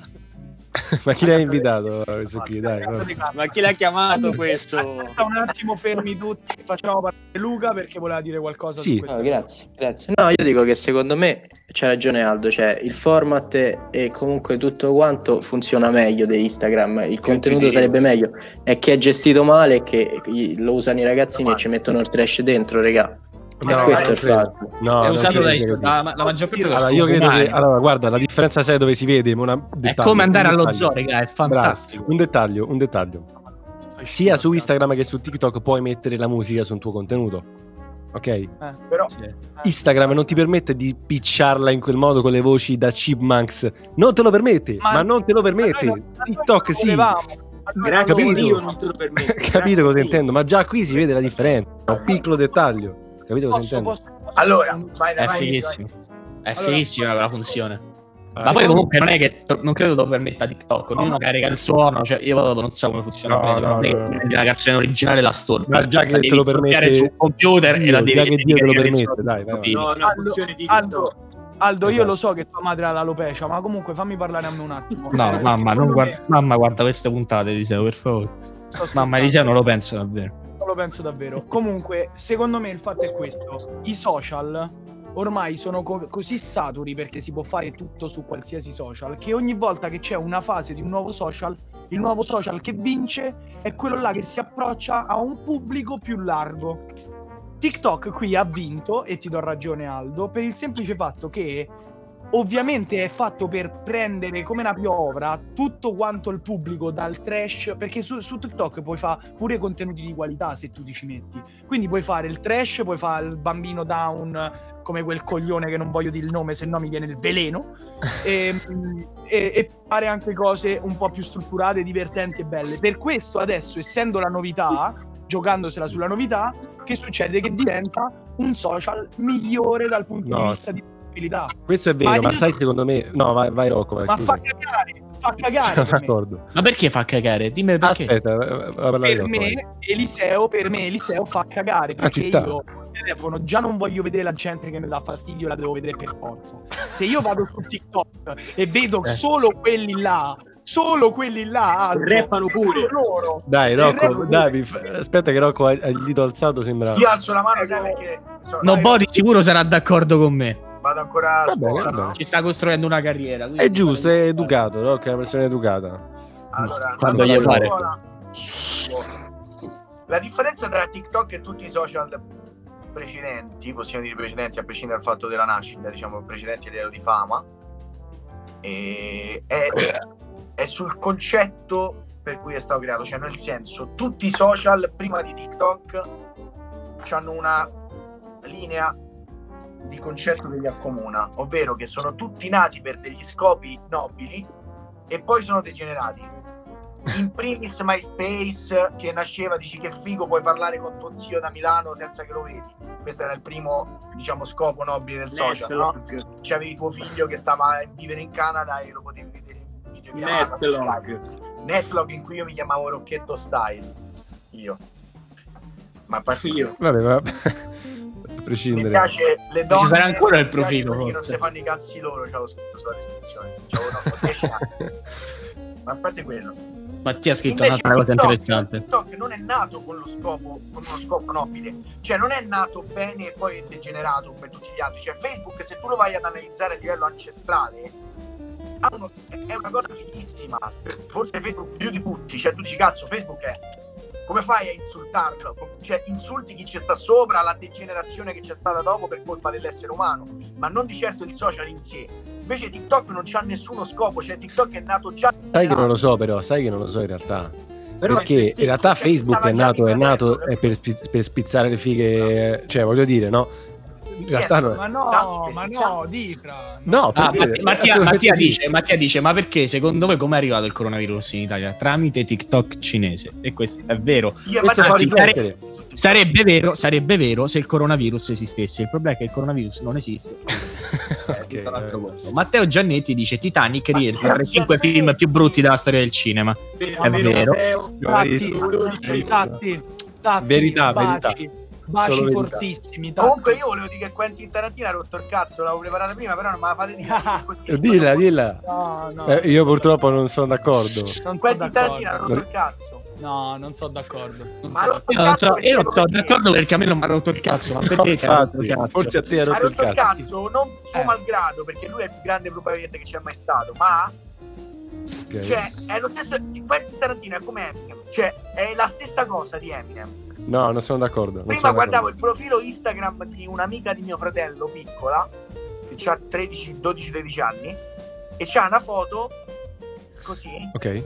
Ma chi l'ha invitato questo qui? Dai, ma chi l'ha chiamato questo? Aspetta un attimo, fermi tutti, facciamo parlare Luca perché voleva dire qualcosa su questo. Grazie. No, io dico che secondo me c'ha ragione Aldo, cioè il format e comunque tutto quanto funziona meglio di Instagram, il contenuto sarebbe meglio, è che è gestito male e che lo usano i ragazzini e ci mettono il trash dentro, regà. Questo è il fatto. No, è usato la maggior parte allora, io credo che guarda, la differenza sai dove si vede, è come andare allo zoo, raga, è fantastico. Un dettaglio. Sia su Instagram che su TikTok puoi mettere la musica sul tuo contenuto. Ok? Però Instagram non ti permette di picciarla in quel modo con le voci da Chipmunks. Non te lo permette, ma non te lo permette. TikTok sì. Grazie a Dio non te lo permette. Capito cosa intendo? Ma già qui si vede la differenza. Un piccolo dettaglio. Capito cosa intendo? Allora, è fighissimo. È fighissima quella funzione. Ma poi comunque non è che non credo lo permetta TikTok. Ognuno carica il suono, cioè io non so come funziona. La canzone originale la storta. Ma già che te lo permette sul computer e la devi già che Dio te lo permette, dai. No, funzione di TikTok. Aldo, io lo so che tua madre ha l'alopecia, ma comunque fammi parlare a me un attimo. No, mamma, guarda queste puntate, Eliseo, per favore. Mamma, Eliseo non lo penso davvero. Non lo penso davvero. Comunque, secondo me il fatto è questo: i social ormai sono così saturi, perché si può fare tutto su qualsiasi social, che ogni volta che c'è una fase di un nuovo social, il nuovo social che vince è quello là che si approccia a un pubblico più largo. TikTok qui ha vinto, e ti do ragione Aldo, per il semplice fatto che ovviamente è fatto per prendere come una piovra tutto quanto il pubblico dal trash, perché su TikTok puoi fare pure contenuti di qualità se tu ti ci metti, quindi puoi fare il trash, puoi fare il bambino down come quel coglione che non voglio dire il nome se no mi viene il veleno e fare anche cose un po' più strutturate, divertenti e belle. Per questo adesso, essendo la novità, giocandosela sulla novità, che succede? Che diventa un social migliore dal punto di vista di possibilità. Questo è vero, ma sai, secondo me no, vai Rocco, vai, ma scusa. fa cagare d'accordo. Ma perché fa cagare? Dimmi perché. Aspetta, per me Eliseo fa cagare, perché io telefono già non voglio vedere la gente che mi dà fastidio, la devo vedere per forza. Se io vado su TikTok e vedo solo quelli là rappano pure loro. Dai Rocco, dai, aspetta che Rocco ha il dito alzato, sembra. Io alzo la mano, sai perché Nobody sicuro sarà d'accordo con me. Vado ancora a scuola, no? Ci sta costruendo una carriera. È giusto, è educato, Rocco è una persona educata. Allora, quando gli pare. La differenza tra TikTok e tutti i social precedenti, possiamo dire precedenti a prescindere dal fatto della nascita, diciamo precedenti a livello di fama, è sul concetto per cui è stato creato, cioè nel senso, tutti i social prima di TikTok hanno una linea di concetto che li accomuna, ovvero che sono tutti nati per degli scopi nobili e poi sono degenerati. In primis MySpace, che nasceva, dici che figo, puoi parlare con tuo zio da Milano senza che lo vedi. Questo era il primo, diciamo, scopo nobile del social, no? C'avevi tuo figlio che stava a vivere in Canada e lo potevi vedere in videochiamata. Netlog, in cui io mi chiamavo Rocchetto Style. Io. Ma a parte io. Vabbè, prescindere. Mi piace le donne. Ci sarà ancora il profilo, che non forse. si fanno i cazzi loro, c'ho lo scritto sulla descrizione. C'avevo 10 anni. Ma a parte quello. Mattia ha scritto Invece un'altra cosa TikTok, interessante. TikTok non è nato con uno scopo nobile, cioè non è nato bene e poi è degenerato come tutti gli altri. Cioè Facebook, se tu lo vai ad analizzare a livello ancestrale, è una cosa fighissima, forse Facebook più di tutti. Cioè tu dici, cazzo, Facebook è, come fai a insultarlo? Cioè insulti chi ci sta sopra, la degenerazione che c'è stata dopo per colpa dell'essere umano, ma non di certo il social in sé. Invece TikTok non c'ha nessuno scopo, cioè TikTok è nato già. Sai che non lo so in realtà. Però perché in realtà Facebook è nato per spizzare le fighe, cioè voglio dire, no? In realtà Ma no, Difra. No, Mattia dice, ma perché secondo voi com'è arrivato il coronavirus in Italia? Tramite TikTok cinese. E questo è vero. Questo fa riflettere. Sarebbe vero se il coronavirus esistesse. Il problema è che il coronavirus non esiste. Matteo Giannetti dice Titanic rientra tra i 5 film più brutti della storia del cinema. È vero. Verità. Baci fortissimi. Comunque io volevo dire che Quentin Tarantino ha rotto il cazzo, l'avevo preparata prima, però non me la fate dire. Dilla. No. Io purtroppo non sono d'accordo. Quentin Tarantino ha rotto il cazzo. No, non sono d'accordo. Io non sono d'accordo perché a me non mi ha rotto il cazzo. Ma perché forse a te ha rotto il cazzo. Non suo malgrado, perché lui è il più grande probabilmente che c'è mai stato, ma cioè è lo stesso. Quentin Tarantino è come Eminem, cioè è la stessa cosa di Eminem. No, non sono d'accordo. Prima guardavo il profilo Instagram di un'amica di mio fratello piccola che ha 12-13 anni e c'ha una foto così. Ok.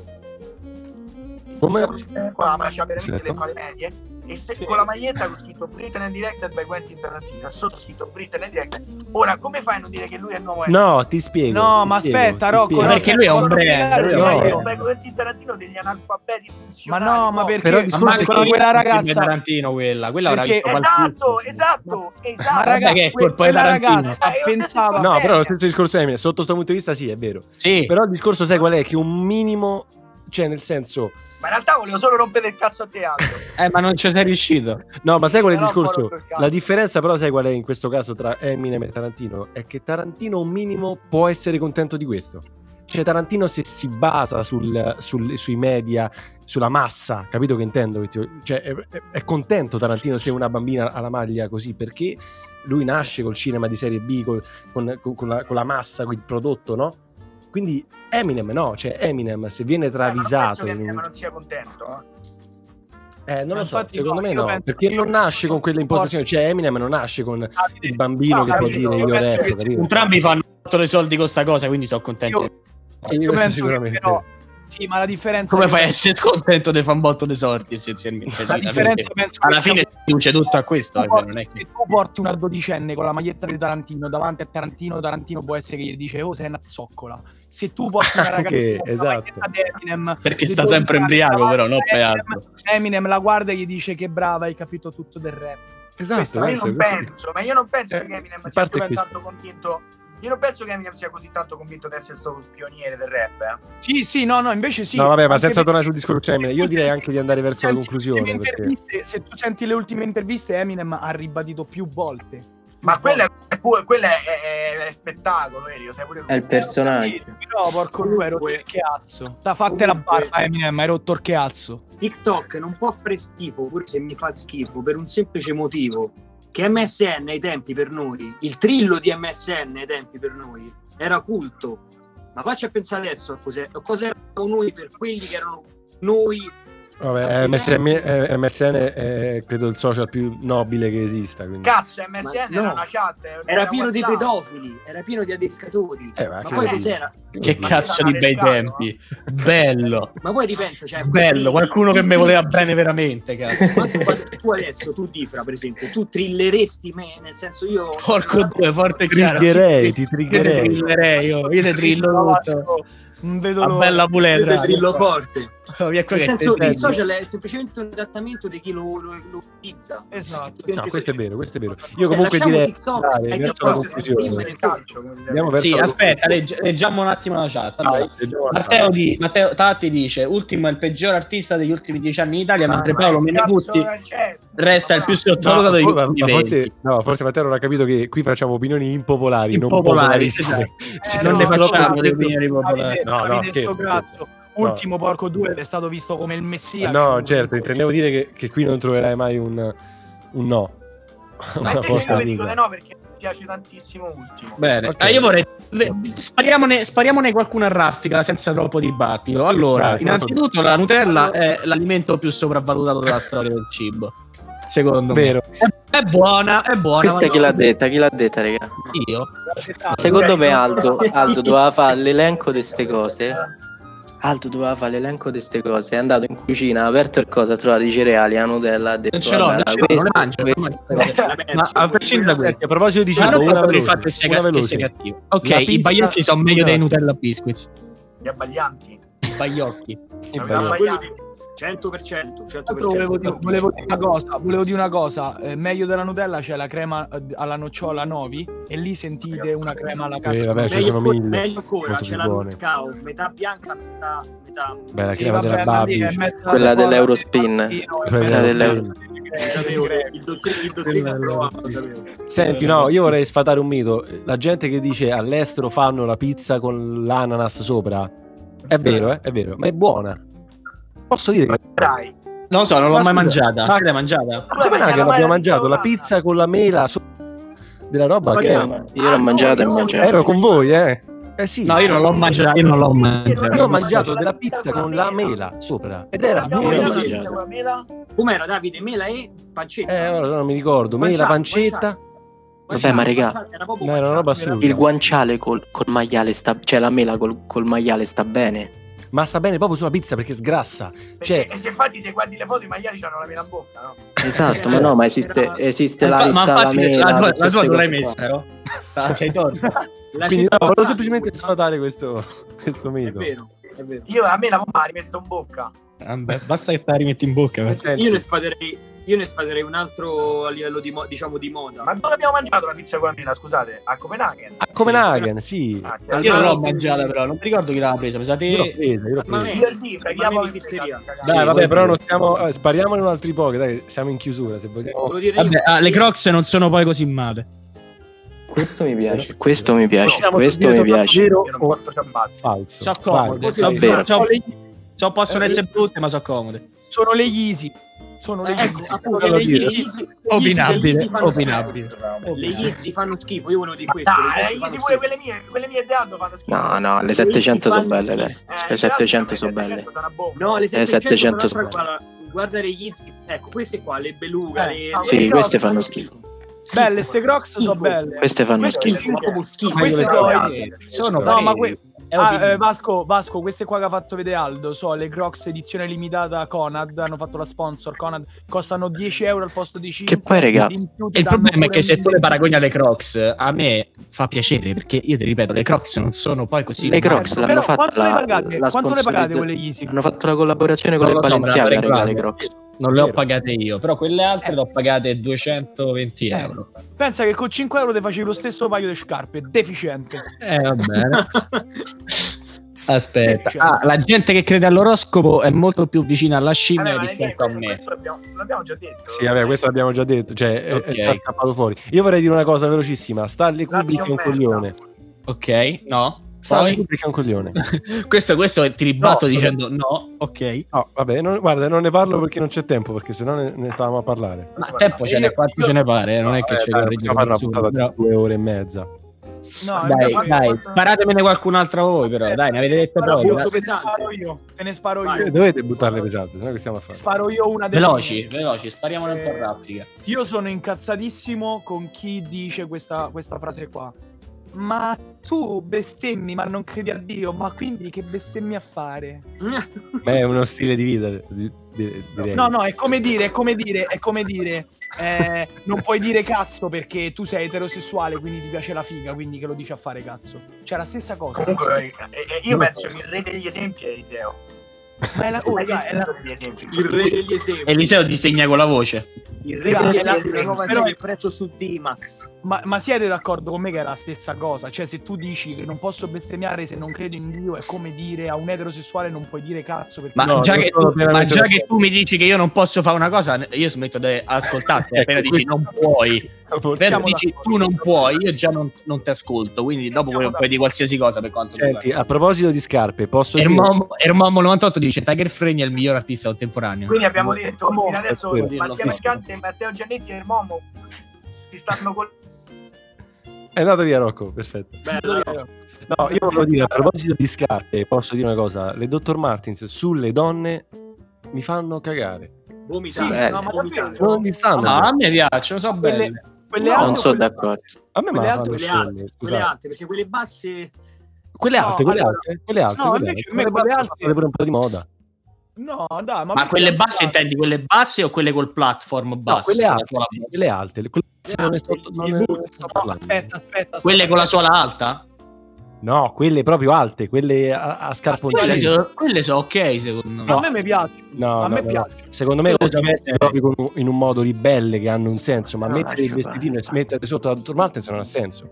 Come? Qua, ma c'ha veramente le palle medie. E con la maglietta con scritto Written and Directed by Quentin Tarantino, sotto scritto Written and Directed. Ora, come fai a non dire che lui è il nuovo Eminem? No, ti spiego. No, ma aspetta, Rocco, perché lui è un brand. Quentin Tarantino degli analfabeti funzionali. Ma no, ma perché? Però il discorso è che quella ragazza Tarantino quella avrà visto esatto. Ma raga, quella ragazza pensava. No, però lo stesso discorso è sotto questo punto di vista sì, è vero. Sì. Però il discorso sai qual è? Che un minimo, cioè nel senso, ma in realtà volevo solo rompere il cazzo a teatro. Ma non ci sei riuscito. No, ma sai qual è il discorso? La differenza però sai qual è in questo caso tra Eminem e Tarantino? È che Tarantino un minimo può essere contento di questo. Cioè Tarantino se si basa sui media, sulla massa, capito che intendo? Cioè è contento Tarantino se una bambina ha la maglia così, perché lui nasce col cinema di serie B, con la massa, con il prodotto, no? Quindi Eminem no, cioè Eminem se viene travisato ma Eminem non sia contento, non lo so, secondo me no, perché non nasce con quella impostazione, cioè Eminem non nasce con il bambino che può dire io rap, entrambi fanno tutto i soldi con sta cosa, quindi sono contento. Io penso sicuramente però, sì, ma la differenza come fai a essere contento dei fan botto dei sorti essenzialmente? La differenza penso alla fine si riduce tutto a questo, non è che... Se tu porti una dodicenne con la maglietta di Tarantino davanti a Tarantino può essere che gli dice oh sei una zoccola. Se tu porti una ragazzina con la maglietta di Eminem, perché sta sempre embriaco, però non fai altro. Eminem la guarda e gli dice che brava, hai capito tutto del rap. Esatto, ma io non penso che Eminem sia tanto convinto. Io non penso che Eminem sia così tanto convinto di essere stato il pioniere del rap. Sì, no, invece sì. No, vabbè, ma senza tornare sul discorso Eminem, io direi anche di andare verso la conclusione. Se tu senti le ultime interviste, Eminem ha ribadito più volte. Ma quella è spettacolo, Elio. È il personaggio. No, porco due, hai rotto il cazzo. Fate la barba, Eminem, hai rotto il cazzo. TikTok non può fare schifo, pure se mi fa schifo, per un semplice motivo. Che MSN ai tempi per noi, il trillo di MSN ai tempi per noi era culto, ma facci a pensare adesso a cosa eravamo noi per quelli che erano noi. Vabbè, MSN è credo il social più nobile che esista, quindi. Cazzo, MSN era una chat, era pieno di pedofili, era pieno di adescatori, ma poi cos'era? Che cazzo di bei tempi, bello. Ma poi ripensa, cioè, bello, qualcuno che mi voleva bene veramente, cazzo. Ma tu adesso, tu Difra per esempio, tu trilleresti me, nel senso io porco due, forte chiaro, ti triggerei. Io ti trillo tutto. Non vedo una bella puletra, trillo forte. Nel senso, il social è semplicemente un adattamento di chi lo utilizza. Esatto. No, questo è vero. Io comunque direi verso la conclusione. Sì, aspetta, leggiamo un attimo la chat. Allora, Matteo Tatti dice: Ultimo è il peggior artista degli ultimi 10 anni in Italia, mentre Paolo Meneguzzi resta il più sottovalutato di tutti i forse Matteo non ha capito che qui facciamo opinioni impopolari, non popolarissime. popolarissime. Non ne facciamo le opinioni popolari. Scherzo. Ultimo Porco 2 è stato visto come il messia. No, certo, intendevo dire che qui non troverai mai un no. Ma io dico no perché mi piace tantissimo Ultimo. Bene, io vorrei spariamone qualcuno a raffica senza troppo dibattito. Allora, innanzitutto la Nutella è l'alimento più sopravvalutato della storia del cibo. Secondo me è buona. Questa chi l'ha detta, raga? Io. Secondo me Aldo doveva fare l'elenco di queste cose. È andato in cucina, ha aperto il coso, ha trovato i cereali, la Nutella, ha detto non ce l'ho, non le mangio. Ma a prescindere da questo, a proposito di cibo, una veloce. Cattivo. Ok, i bagliocchi sono meglio dei Nutella Biscuits. Gli abbaglianti. I bagliocchi. 100%. Volevo dire una cosa. Meglio della Nutella c'è la crema alla nocciola Novi e lì sentite una crema alla caccia. Meglio ancora, c'è la Nutcao, metà bianca, metà beh, la crema della Babi, quella dell'Eurospin. Il dottrino. Senti, no, io vorrei sfatare un mito. La gente che dice all'estero fanno la pizza con l'ananas sopra, è vero, ma è buona. Posso dire che... Non lo so, non l'ho mai mangiata. Ma l'hai mangiata? Come no che l'abbiamo mangiato? La pizza con la mela della roba che io l'ho mangiata e mangiata. Ero con voi, sì. No, io non l'ho mangiata. Io ho mangiato della pizza con la mela sopra ed era buona. Com'era, Davide? Mela e pancetta? Ora non mi ricordo. Mela, pancetta. Vabbè, ma raga, era una roba assurda. Il guanciale col maiale cioè la mela col maiale sta bene. Ma sta bene proprio sulla pizza perché sgrassa. E se infatti se guardi le foto i maiali hanno la mela in bocca, no? Esatto, ma esiste la lista la mela. La tua non l'hai messa, no? Sei torto. Quindi volevo semplicemente sfatare questo mito. È vero. Io a me la rimetto in bocca. Basta che te la rimetti in bocca. Io ne sfaderei un altro a livello di moda. Ma dove abbiamo mangiato la pizza con la mela, scusate? A Copenaghen? A Copenaghen, sì. Io non l'ho mangiata però, non mi ricordo chi l'aveva presa, pensate. Io l'ho presa. Preghiamo in pizzeria. Dai, vabbè, però non stiamo spariamone un altri pochi, dai, siamo in chiusura, se vogliamo. Vabbè, le Crocs non sono poi così male. Questo mi piace. Vero o falso? Sono comode, possono essere brutte, ma sono comode. Sono le Yeezy. Opinabile. Le Yeezy fanno schifo, io volevo dire questo. Le Yeezy pure quelle mie Dando fanno schifo. No, le 700 sono belle, dai. Le 700 sono belle. No, le 700 sono belle. Guarda le Yeezy, ecco, queste qua, le beluga, sì, queste fanno schifo. Belle, ste Crocs sono belle. Queste fanno schifo. Queste sono no, ma Vasco, queste qua che ha fatto vedere Aldo, le Crocs edizione limitata Conad, hanno fatto la sponsor Conad, costano 10 euro al posto di 5. Che poi, raga, il problema è che se tu le paragoni alle Crocs, a me fa piacere, perché io ti ripeto, le Crocs non sono poi così. Le Crocs l'hanno fatta quanto le pagate quelle Yeezy? Hanno fatto la collaborazione con le Balenciaga, raga, le Crocs. Non le ho pagate io, però quelle altre le ho pagate 220 euro. Pensa che con 5 euro ti facevi lo stesso paio di scarpe, deficiente. Va bene. Aspetta, la gente che crede all'oroscopo è molto più vicina alla scimmia rispetto a me. L'abbiamo già detto. Sì, vabbè, questo l'abbiamo già detto, cioè è già scappato fuori. Io vorrei dire una cosa velocissima. Stanley Kubrick è un coglione. Ok, no. Stanley Kubrick è un coglione. questo ti ribatto dicendo no, ok. No, vabbè, guarda, non ne parlo perché non c'è tempo, perché sennò ne stavamo a parlare. Ma tempo ce n'è quanto ce ne pare, non è che c'è una puntata di 2 ore e mezza. No, dai, sparatemene qualcun'altra voi, però dai, ne avete dette proprio. Te ne sparo io. Dovete buttarle pesate, non è che stiamo a fare. Sparo io una delle veloci, spariamone un po' rapide. Io sono incazzatissimo con chi dice questa frase qua. Ma tu bestemmi, ma non credi a Dio, ma quindi che bestemmi a fare? Beh, è uno stile di vita, direi. No, è come dire, non puoi dire cazzo perché tu sei eterosessuale, quindi ti piace la figa, quindi che lo dici a fare cazzo. Cioè la stessa cosa. Comunque, io penso che il re degli esempi è Iseo. Ma è la il re degli esempi. Eliseo disegna con la voce. Il re degli esempi, però- la nuova serie preso su D-Max. Ma siete d'accordo con me che è la stessa cosa? Cioè, se tu dici che non posso bestemmiare se non credo in Dio, è come dire a un eterosessuale non puoi dire cazzo perché Ma No, già, non che sono tu, pienamente ma già che d'accordo. tu mi dici che io non posso fare una cosa, io smetto di ascoltarti. Appena Ecco, dici non puoi, Forse- però siamo dici d'accordo. tu non puoi, io già non ti ascolto. Quindi dopo puoi dire qualsiasi cosa per quanto mi Senti, a proposito di scarpe, posso dire... Ermomo 98 dice Tiger Freni è il miglior artista contemporaneo. Quindi abbiamo detto fino adesso quello. Mattia Mercante, Matteo Giannetti e il Momo si stanno col... È andato via Rocco, perfetto. No, io volevo dire, a proposito di scarpe, posso dire una cosa, le Dr. Martens sulle donne mi fanno cagare. Vomitare. no, ma davvero? Non mi stanno. No, a me piacciono, so belle. Quelle No, alte non o sono quelle- d'accordo. A me mi quelle fanno alte, Quelle scendere, alte, quelle scusate. alte, perché quelle basse... Quelle alte, No, quelle allora- alte, quelle alte, no, quelle invece alte. a me quelle basse alte- sono state pure un po' di moda. No, dai, Ma quelle basse intendi quelle basse o quelle col platform No, basso? quelle Con la alte, suola- sì, quelle alte, quelle non ne sto, non ne sto parlando. Aspetta. Quelle con la suola alta? No, quelle proprio alte, quelle a scarponcini. Quelle sono ok secondo me. A me mi piace. No, A no, me no, piace. no. Secondo me Quelle lo si veste sono- proprio in un modo ribelle che hanno un senso, ma No, mettere il lascia vestitino e fare. mettere sotto la Dr. Martens non ha senso.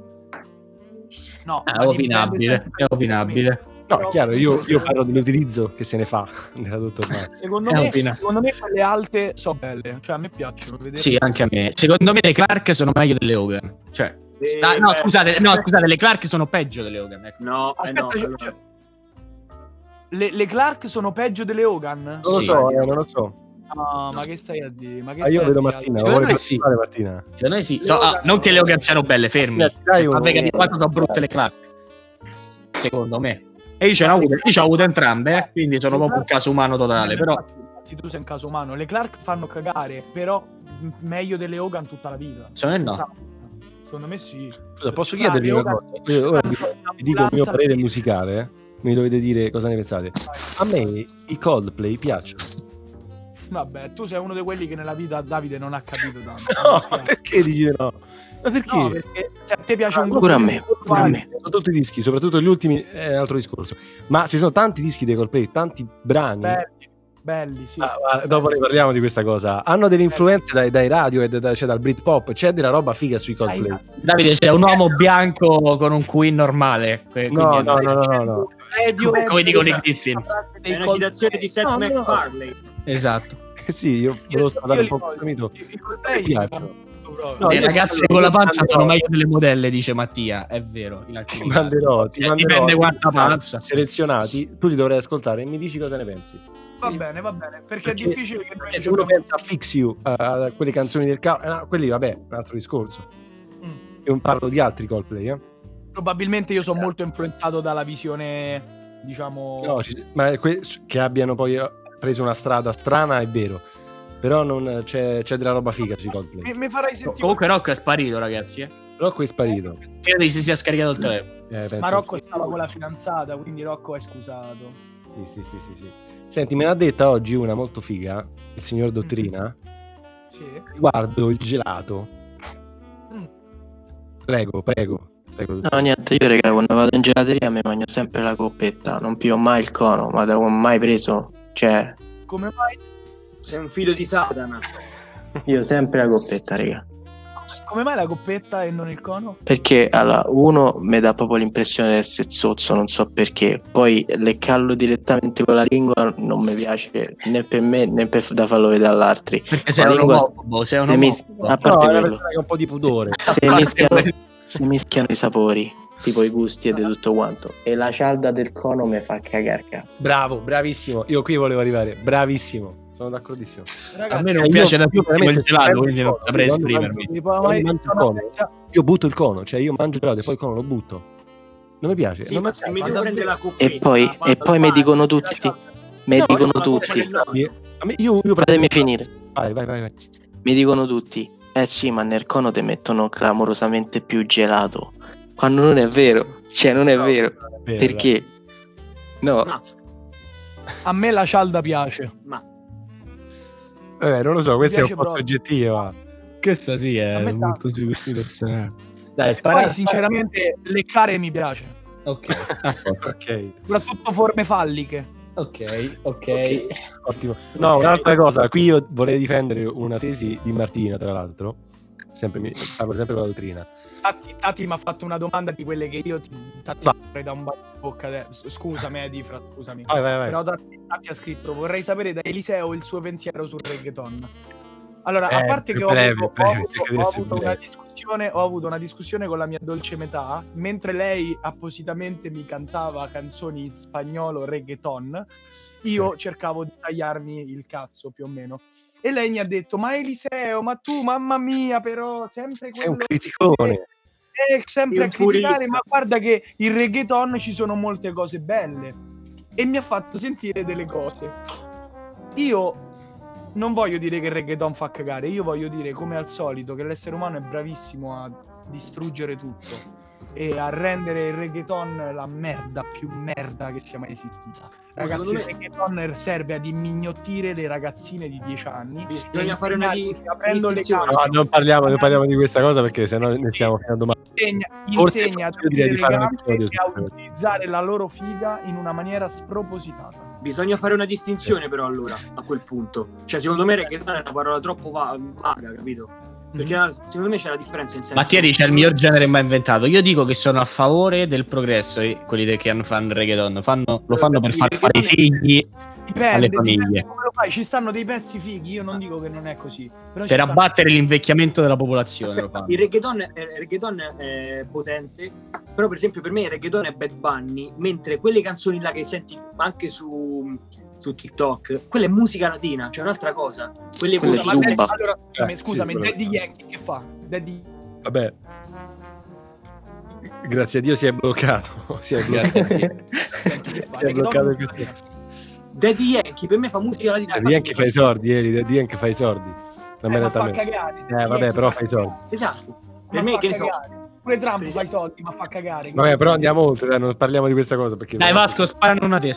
No, È ma opinabile, dipende sempre è opinabile. No, è chiaro, io parlo dell'utilizzo che se ne fa della Dr. Martens. Secondo È me, opinabile. secondo me quelle alte sono belle, cioè a me piacciono. Vedere. Sì, anche a me. Secondo me le Clark sono meglio delle Hogan. Cioè, scusate, le Clark sono peggio delle Hogan. Ecco. No, Aspetta, no, cioè- allora. cioè, le Clark sono peggio delle Hogan? Non lo Sì. so, non lo so. No, ma che stai a dire? Ma che Ah, io stai vedo a dire? Martina, Secondo vuole me sì. partecipare Martina? Secondo me sì. Non che le Hogan siano belle, fermi. Dai, Ma perché di quanto sono brutte le Clark. Secondo me. E io ce l'ho avuto entrambe, quindi sono proprio un caso umano totale. Però Infatti tu sei un caso umano. Le Clark fanno cagare, però meglio delle Hogan tutta la vita. secondo me no. Tutta la vita. Secondo me sì. Scusa, posso Fra, chiedervi le una Hogan- cosa? Io ora vi dico il mio L'ambulanza- parere musicale, mi dovete dire cosa ne pensate. A me i Coldplay piacciono. Vabbè, tu sei uno di quelli che nella vita Davide non ha capito tanto. No, Mi spiace. perché dici no? Ma perché? No, perché se a te piace un gruppo Pure a di- me, pure a me. Sono tutti i dischi, soprattutto gli ultimi è un altro discorso. Ma ci sono tanti dischi dei Coldplay, tanti brani. belli, sì. Ma dopo ne parliamo di questa cosa. Hanno delle influenze dai radio e cioè dal Britpop. C'è della roba figa sui Coldplay. Davide, sei un uomo bianco con un Queen normale. No. Come dicono i Griffin. È una citazione di Seth MacFarlane. Esatto. Sì, io volevo spadare un po' capito. I Coldplay Mi piace. fanno tutto proprio. No, Le io- ragazze con la panza sono meglio delle modelle, dice Mattia. È vero. In alcuni Ti casi. manderò, Dipende quanta panza. selezionati, tu li dovrai ascoltare e mi dici cosa ne pensi. Va bene, perché è Perché- difficile che noi Perché se uno pensa a Fix You, a quelle canzoni del cavolo, quelli vabbè, un altro discorso. Mm. Io parlo di altri Coldplay, eh. Probabilmente io sono molto influenzato dalla visione, diciamo... No, ma che abbiano poi preso una strada strana è vero, però non c'è della roba figa sui Coldplay. mi farai sentire... Comunque Rocco è sparito, ragazzi. Rocco è sparito. Credo che si sia scaricato il telefono. Penso Ma Rocco che- stava con la fidanzata, quindi Rocco è scusato. Sì. Senti, me l'ha detta oggi una molto figa, il signor Dottrina, Sì. riguardo il gelato. Mm. Prego. No, niente, io raga, quando vado in gelateria mi mangio sempre la coppetta, non piglio mai il cono, ma da mai preso, cioè, Come mai? Sei un figlio di Satana. io sempre la coppetta, raga. Come mai la coppetta e non il cono? Perché allora, uno mi dà proprio l'impressione di essere zozzo, non so perché. Poi leccarlo direttamente con la lingua non mi piace né per me né per da farlo vedere all'altri. Perché sei La un lingua- omofobo, sei un se mi- omofobo. a No, parte è una quello, persona che ha un po' di pudore. se mischiano i sapori, tipo i gusti e di tutto quanto. E la cialda del cono mi fa cagare cazzo. Bravo, bravissimo. Io qui volevo arrivare. Bravissimo. Sono d'accordissimo. Ragazzi, A me non io- piace io tantissimo il veramente gelato, sempre quindi non il cono, saprei quando esprimermi. Quando mangio il cono, io butto il cono, cioè io mangio il gelato e poi il cono lo butto. Non mi piace. Sì, non ma mi se mi devo Ma prendere la coppetta... E poi mi dicono tutti, A me, io fatemi finire, Vai. mi dicono tutti, eh sì, ma nel cono te mettono clamorosamente più gelato. Quando non è vero, cioè non è vero. Perché? No, No, a me la cialda piace. ma Non lo so, questo è un piace po' proprio. soggettivo. Questa sì A è me molto tanto. sui gusti personali. Dai, Poi spara. sinceramente leccare mi piace. Ok. Ok. Soprattutto forme falliche. Ok. Ottimo. No, un'altra cosa, qui io vorrei difendere una tesi di Martina, tra l'altro. Parlo sempre con la dottrina. Tati mi ha fatto una domanda di quelle che io vorrei da un bacio in bocca adesso. Scusami, Edifra, scusami. Vai. Però Tati ha scritto: vorrei sapere da Eliseo il suo pensiero sul reggaeton. Allora, a parte che ho avuto una discussione con la mia dolce metà, mentre lei appositamente mi cantava canzoni in spagnolo reggaeton, io cercavo di tagliarmi il cazzo più o meno. E lei mi ha detto: ma Eliseo, ma tu, mamma mia, però sempre sei un quello criticone. sempre a criticare, ma guarda che il reggaeton ci sono molte cose belle. E mi ha fatto sentire delle cose. Io non voglio dire che il reggaeton fa cagare, io voglio dire, come al solito, che l'essere umano è bravissimo a distruggere tutto e a rendere il reggaeton la merda più merda che sia mai esistita. Ragazzi, il reggaeton serve ad immignottire le ragazzine di 10 anni. Bisogna fare una distinzione. No, non parliamo di questa cosa perché sennò ne stiamo finendo male. Insegna a tutte le gambe a utilizzare la loro figa in una maniera spropositata. Bisogna fare una distinzione però allora, a quel punto. Cioè, secondo me reggaeton è una parola troppo vaga, capito? Perché secondo me c'è la differenza in senso. Mattia dice è il miglior genere mai inventato. Io dico che sono a favore del progresso, quelli che fanno il reggaeton. Lo fanno per far fare i figli alle famiglie. Dipende come lo fai. Ci stanno dei pezzi fighi, io non dico che non è così. Però per abbattere l'invecchiamento della popolazione. Aspetta, il reggaeton è potente, però per esempio per me il reggaeton è Bad Bunny, mentre quelle canzoni là che senti anche su TikTok, quella è musica latina, cioè un'altra cosa. Quelle allora, scusami, sì, Daddy Yankee che fa? Vabbè, grazie a Dio si è bloccato. Si è bloccato così. Daddy Yankee per me fa musica latina. Daddy Yankee fa i sordi, Daddy Yankee fa i sordi. Ma fa cagare. Vabbè, però fa i sordi. Esatto. Per me che ne so. Pure Trump fa i soldi, ma fa cagare. Vabbè, però andiamo oltre, dai, non parliamo di questa cosa perché. Dai, Vasco, sparano una te,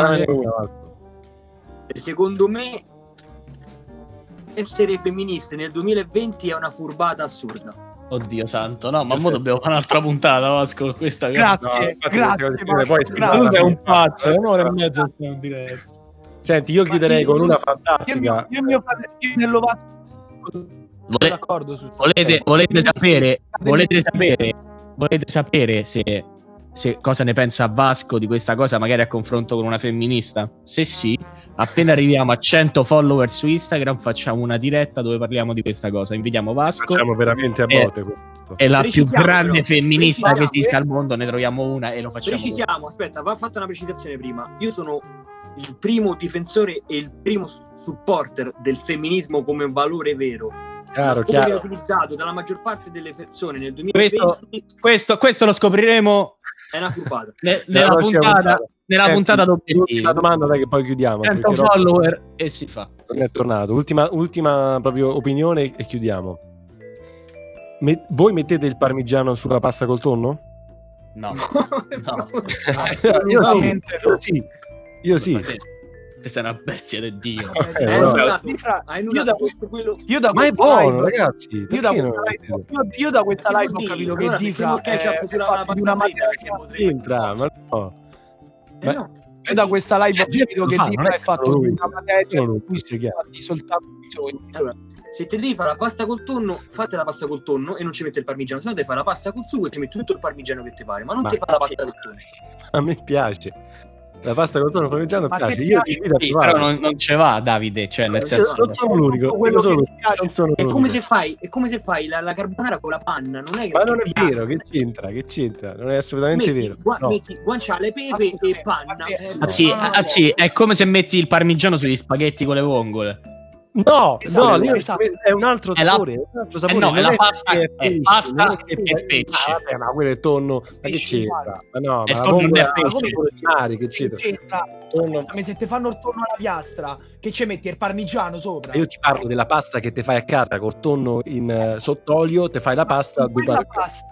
Secondo me essere femministe nel 2020 è una furbata assurda. Oddio santo, no, ma mo dobbiamo fare un'altra puntata, Vasco, questa grazie. Poi tu sei un pazzo, un'ora e mezza stiamo in diretta. Senti, io chiuderei con una fantastica. Io nello Vasco d'accordo su volete sapere se cosa ne pensa Vasco di questa cosa, magari a confronto con una femminista? Se sì, appena arriviamo a 100 follower su Instagram facciamo una diretta dove parliamo di questa cosa. Invitiamo Vasco. Facciamo veramente a botte. È la più grande femminista che esiste al mondo, ne troviamo una e lo facciamo. Precisiamo, aspetta, va fatta una precisazione prima. Io sono il primo difensore e il primo supporter del femminismo come valore vero. Chiaro. Viene utilizzato dalla maggior parte delle persone nel 2020. Questo lo scopriremo. È una furbata. Nella puntata d'obiettivi. La domanda è che poi chiudiamo. 100 follower e si fa. Non è tornato. Ultima proprio opinione e chiudiamo. Voi mettete il parmigiano sulla pasta col tonno? No. Io sì. Sei una bestia del Dio. Ma è buono, ragazzi. Io da questa live ho capito che Difra è di una materia che entra, ma no. Io da questa live ho capito che Difra è fatto di una materia non cui si fatti soltanto bisogni. Allora, se te devi fare la pasta col tonno, fate la pasta col tonno e non ci mette il parmigiano, se no devi fare la pasta col sugo e ci metti tutto il parmigiano che ti pare, ma non ti fa la pasta col tonno. A me piace. La pasta con tonno parmigiano piace. Io ti invito a provare. Però non ce va, Davide, cioè nel senso non sono l'unico. È come se fai la carbonara con la panna, non è che. Ma non è vero, che c'entra? Non è assolutamente vero. Metti guanciale, pepe e panna. Anzi, è come se metti il parmigiano sugli spaghetti con le vongole. No, è un altro sapore. No, è la pasta è pasta e pesce. Vabbè, ma quello è tonno. Ma che c'entra? Ma no, ma la tonno è pesce. Che c'entra? Ma se te fanno il tonno alla piastra, che ci metti il parmigiano sopra? Io ti parlo della pasta che ti fai a casa col tonno in sott'olio, te fai la pasta. Quella pasta.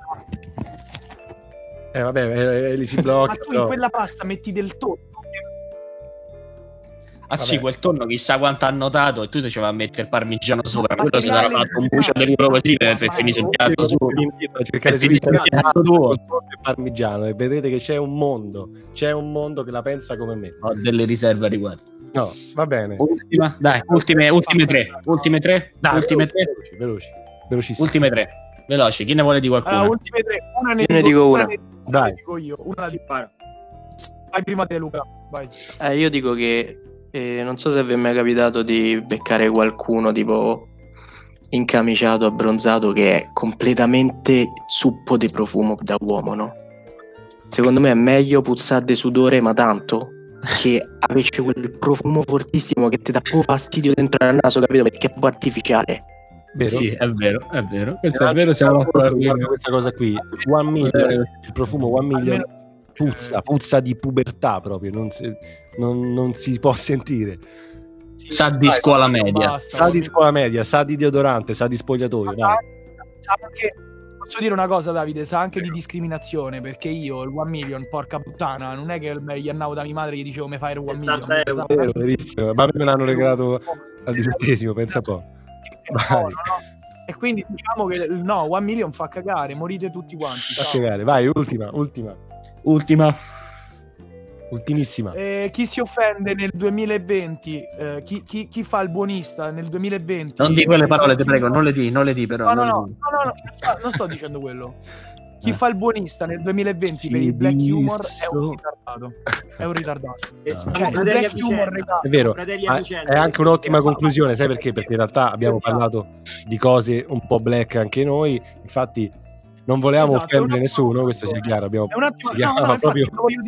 Vabbè, li si blocca. Ma tu in quella pasta metti del tonno. Ah sì, quel tonno chissà quanto ha notato e tu ti faceva mettere il parmigiano sopra, quello si sarà fatto un bucio di culo così per finire sul piatto suo. Vi invito a cercare su internet il parmigiano e vedrete che c'è un mondo che la pensa come me. Ho delle riserve a riguardo. No, va bene. Ultima, dai, ultime tre. Dai, Ultime tre. Veloci. Velocissimo. Ultime tre. Veloci, chi ne vuole di qualcuno? Allora, ultime tre. Una ne dico una. Dai. Ne dico io. Una la dico. Vai prima te, Luca. Vai. Io dico che non so se vi è mai capitato di beccare qualcuno tipo incamiciato, abbronzato, che è completamente zuppo di profumo da uomo, no? Secondo me è meglio puzzare di sudore, ma tanto, che avesse quel profumo fortissimo che ti dà un fastidio dentro il naso, capito? Perché è un po' artificiale. Vero? Sì, è vero. Questo è vero, siamo d'accordo. Questa cosa qui, 1 million, il profumo 1 million puzza di pubertà proprio, non si può sentire. Sa di scuola media. Sa di scuola media, sa di deodorante, sa di spogliatoio. Sa anche, posso dire una cosa, Davide, sa anche di discriminazione, perché io il 1 million, porca puttana, non è che gli andavo da mia madre e gli dicevo mi fai il 1 million. Vero, verissimo. Ma me l'hanno regalato al 18esimo, pensa un po'. No. E quindi diciamo che no, 1 million fa cagare, morite tutti quanti. Fa cagare, vai, ultima. Ultimissima. Chi si offende nel 2020? Chi fa il buonista nel 2020? Non di quelle parole, ti prego, non le di però. No, non sto dicendo quello. Chi fa il buonista nel 2020 per il black humor è un ritardato. Cioè, il black humor, è vero, è anche un'ottima conclusione, sai perché? Perché in realtà abbiamo parlato di cose un po' black anche noi, infatti non volevamo offendere nessuno, questo sia chiaro, si chiama proprio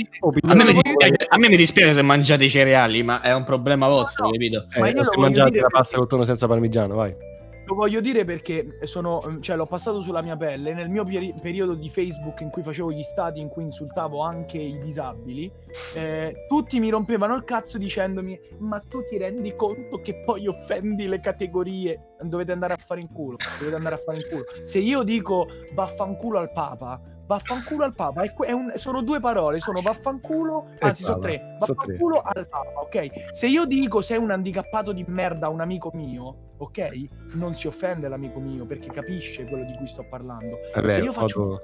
a me mi dispiace se mangiate i cereali, ma è un problema vostro, capito? Ma io se mangiate la pasta col tonno senza parmigiano, vai. Lo voglio dire perché l'ho passato sulla mia pelle nel mio periodo di Facebook in cui facevo gli stati in cui insultavo anche i disabili. Tutti mi rompevano il cazzo dicendomi: ma tu ti rendi conto che poi offendi le categorie? Dovete andare a fare in culo. Se io dico vaffanculo al Papa, sono 2 parole, sono vaffanculo, anzi sono 3, vaffanculo al Papa, ok? Se io dico sei un handicappato di merda a un amico mio, ok? Non si offende l'amico mio perché capisce quello di cui sto parlando. Se io faccio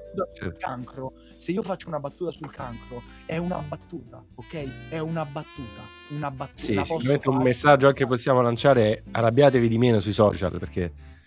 una battuta sul cancro, è una battuta, ok? È una battuta. Sì, sicuramente un messaggio anche possiamo lanciare è: arrabbiatevi di meno sui social, perché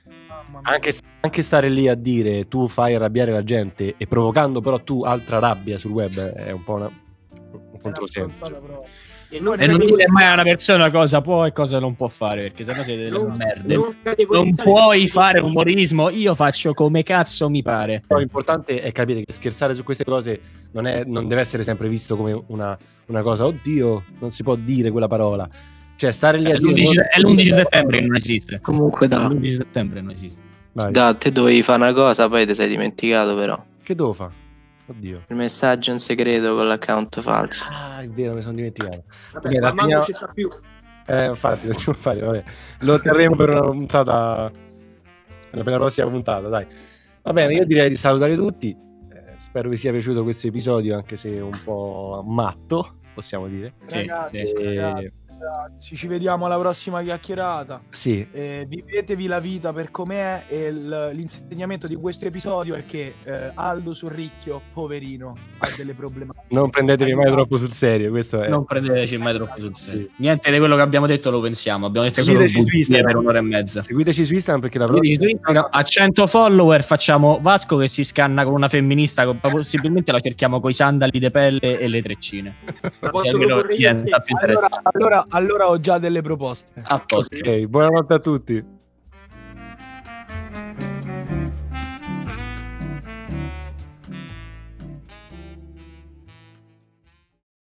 anche stare lì a dire tu fai arrabbiare la gente e provocando però tu altra rabbia sul web è un po' un controsenso. E non dire mai a una persona cosa può e cosa non può fare, perché sennò siete delle merde. Non puoi fare umorismo, io faccio come cazzo mi pare. Però l'importante è capire che scherzare su queste cose non deve essere sempre visto come una cosa, oddio, non si può dire quella parola. Cioè stare lì a dire è l'11 settembre che non esiste. Comunque l'11 settembre non esiste. Te dovevi fare una cosa, poi ti sei dimenticato però. Che devo fare? Oddio. Il messaggio in segreto con l'account falso. Ah, è vero, mi sono dimenticato. Vabbè, ma non ci sta più. Infatti, vabbè. Lo terremo per una puntata, per la prossima puntata, dai. Va bene, io direi di salutare tutti. Spero vi sia piaciuto questo episodio, anche se un po' matto, possiamo dire. Ragazzi, ci vediamo alla prossima chiacchierata. Sì. Vivetevi la vita per com'è, e l'insegnamento di questo episodio è che Aldo Sorricchio, poverino, ha delle problematiche. Non prendetevi mai troppo sul serio, questo è. Non prendeteci mai troppo sul serio. Sì. Niente di quello che abbiamo detto lo pensiamo. Abbiamo detto solo bugie per un'ora e mezza. Seguiteci su Instagram perché a 100 follower facciamo Vasco che si scanna con una femminista, possibilmente la cerchiamo coi sandali di pelle e le treccine. Allora ho già delle proposte. Ok, buonanotte a tutti.